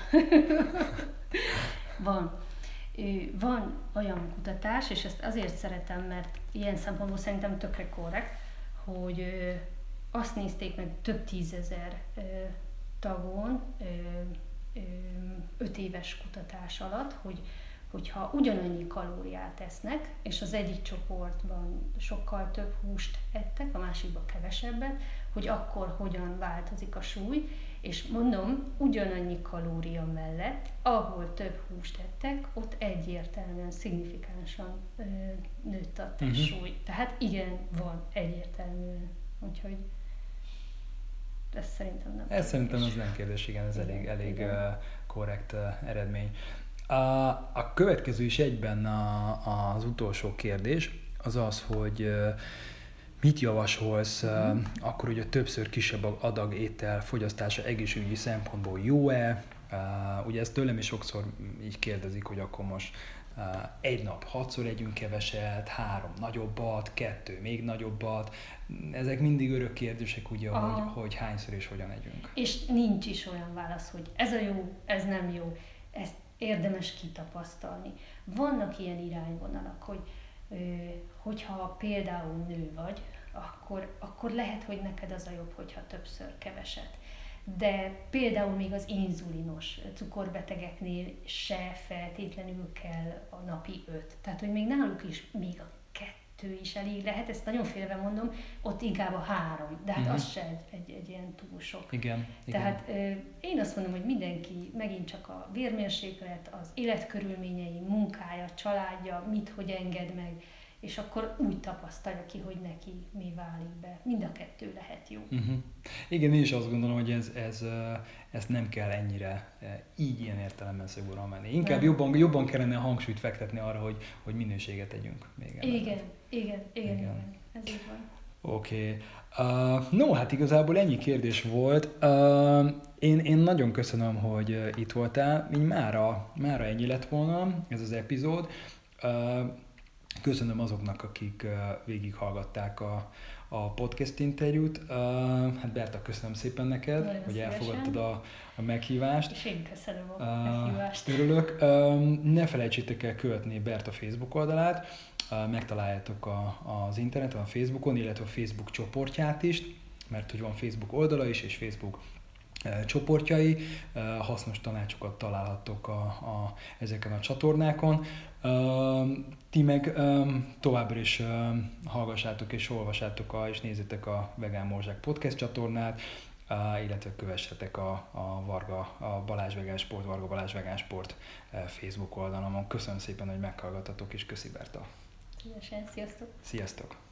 [SPEAKER 2] van. Van olyan kutatás, és ezt azért szeretem, mert ilyen szempontból szerintem tökre korrekt, hogy azt nézték meg több tízezer ö, tagon ö, ö, öt éves kutatás alatt, hogy hogyha ugyanannyi kalóriát esznek, és az egyik csoportban sokkal több húst ettek, a másikban kevesebbet, hogy akkor hogyan változik a súly, és mondom, ugyanannyi kalória mellett, ahol több húst ettek, ott egyértelműen, szignifikánsan ö, nőtt a testsúly. Uh-huh. Tehát igen, van egyértelműen. Úgyhogy ez szerintem nem
[SPEAKER 1] Ez
[SPEAKER 2] kérdés.
[SPEAKER 1] szerintem az nem kérdés, igen, ez igen, elég, elég igen. Uh, korrekt uh, eredmény. A, a következő is egyben a, az utolsó kérdés, az az, hogy uh, mit javasolsz uh, mm. akkor, hogy a többször kisebb adag étel fogyasztása egészségügyi szempontból jó-e? Uh, ugye ezt tőlem is sokszor így kérdezik, hogy akkor most uh, egy nap hatszor együnk keveset, három nagyobbat, kettő még nagyobbat. Ezek mindig örök kérdések, ugye, hogy, hogy hányszor és hogyan együnk.
[SPEAKER 2] És nincs is olyan válasz, hogy ez a jó, ez nem jó. Ezt érdemes kitapasztalni. Vannak ilyen irányvonalak, hogy ö, hogyha például nő vagy, akkor, akkor lehet, hogy neked az a jobb, hogyha többször keveset. De például még az inzulinos cukorbetegeknél se feltétlenül kell a napi öt. Tehát, hogy még náluk is még a kettő is elég lehet, ezt nagyon félve mondom, ott inkább a három, de hát uh-huh. az se egy, egy, egy ilyen túl sok.
[SPEAKER 1] Igen,
[SPEAKER 2] Tehát igen. Én azt mondom, hogy mindenki megint csak a vérmérséklet, az életkörülményei, munkája, családja, mit, hogy enged meg, és akkor úgy tapasztalja ki, hogy neki mi válik be. Mind a kettő lehet jó.
[SPEAKER 1] Uh-huh. Igen, én is azt gondolom, hogy ez, ez, ezt nem kell ennyire így ilyen értelemben szigorúan menni. Inkább jobban, jobban kellene a hangsúlyt fektetni arra, hogy, hogy minőséget tegyünk. Még
[SPEAKER 2] igen, igen, igen, igen, igen, ez így van.
[SPEAKER 1] Oké. Okay. Uh, no, hát igazából ennyi kérdés volt. Uh, én, én nagyon köszönöm, hogy uh, itt voltál. Így mára, mára ennyi lett volna ez az epizód. Uh, köszönöm azoknak, akik uh, végighallgatták a, a podcast interjút. Uh, hát Berta, köszönöm szépen neked,
[SPEAKER 2] nagyon
[SPEAKER 1] hogy
[SPEAKER 2] szívesen.
[SPEAKER 1] elfogadtad a, a meghívást.
[SPEAKER 2] És én köszönöm a
[SPEAKER 1] uh,
[SPEAKER 2] meghívást.
[SPEAKER 1] Örülök. Uh, ne felejtsétek el követni Berta Facebook oldalát. Megtaláljátok a, az interneten, a Facebookon, illetve a Facebook csoportját is, mert hogy van Facebook oldala is, és Facebook e, csoportjai. E, hasznos tanácsokat találhattok a, a, ezeken a csatornákon. E, ti meg e, továbbra is e, hallgassátok és olvassátok a, és nézzétek a Vegán Morzsák podcast csatornát, e, illetve kövessetek a, a Varga, a Balázs Vegán Sport, Varga Balázs Vegán Sport e, Facebook oldalon. Köszönöm szépen, hogy meghallgattatok, és köszi Berta.
[SPEAKER 2] Szívesen, sziasztok!
[SPEAKER 1] Sziasztok!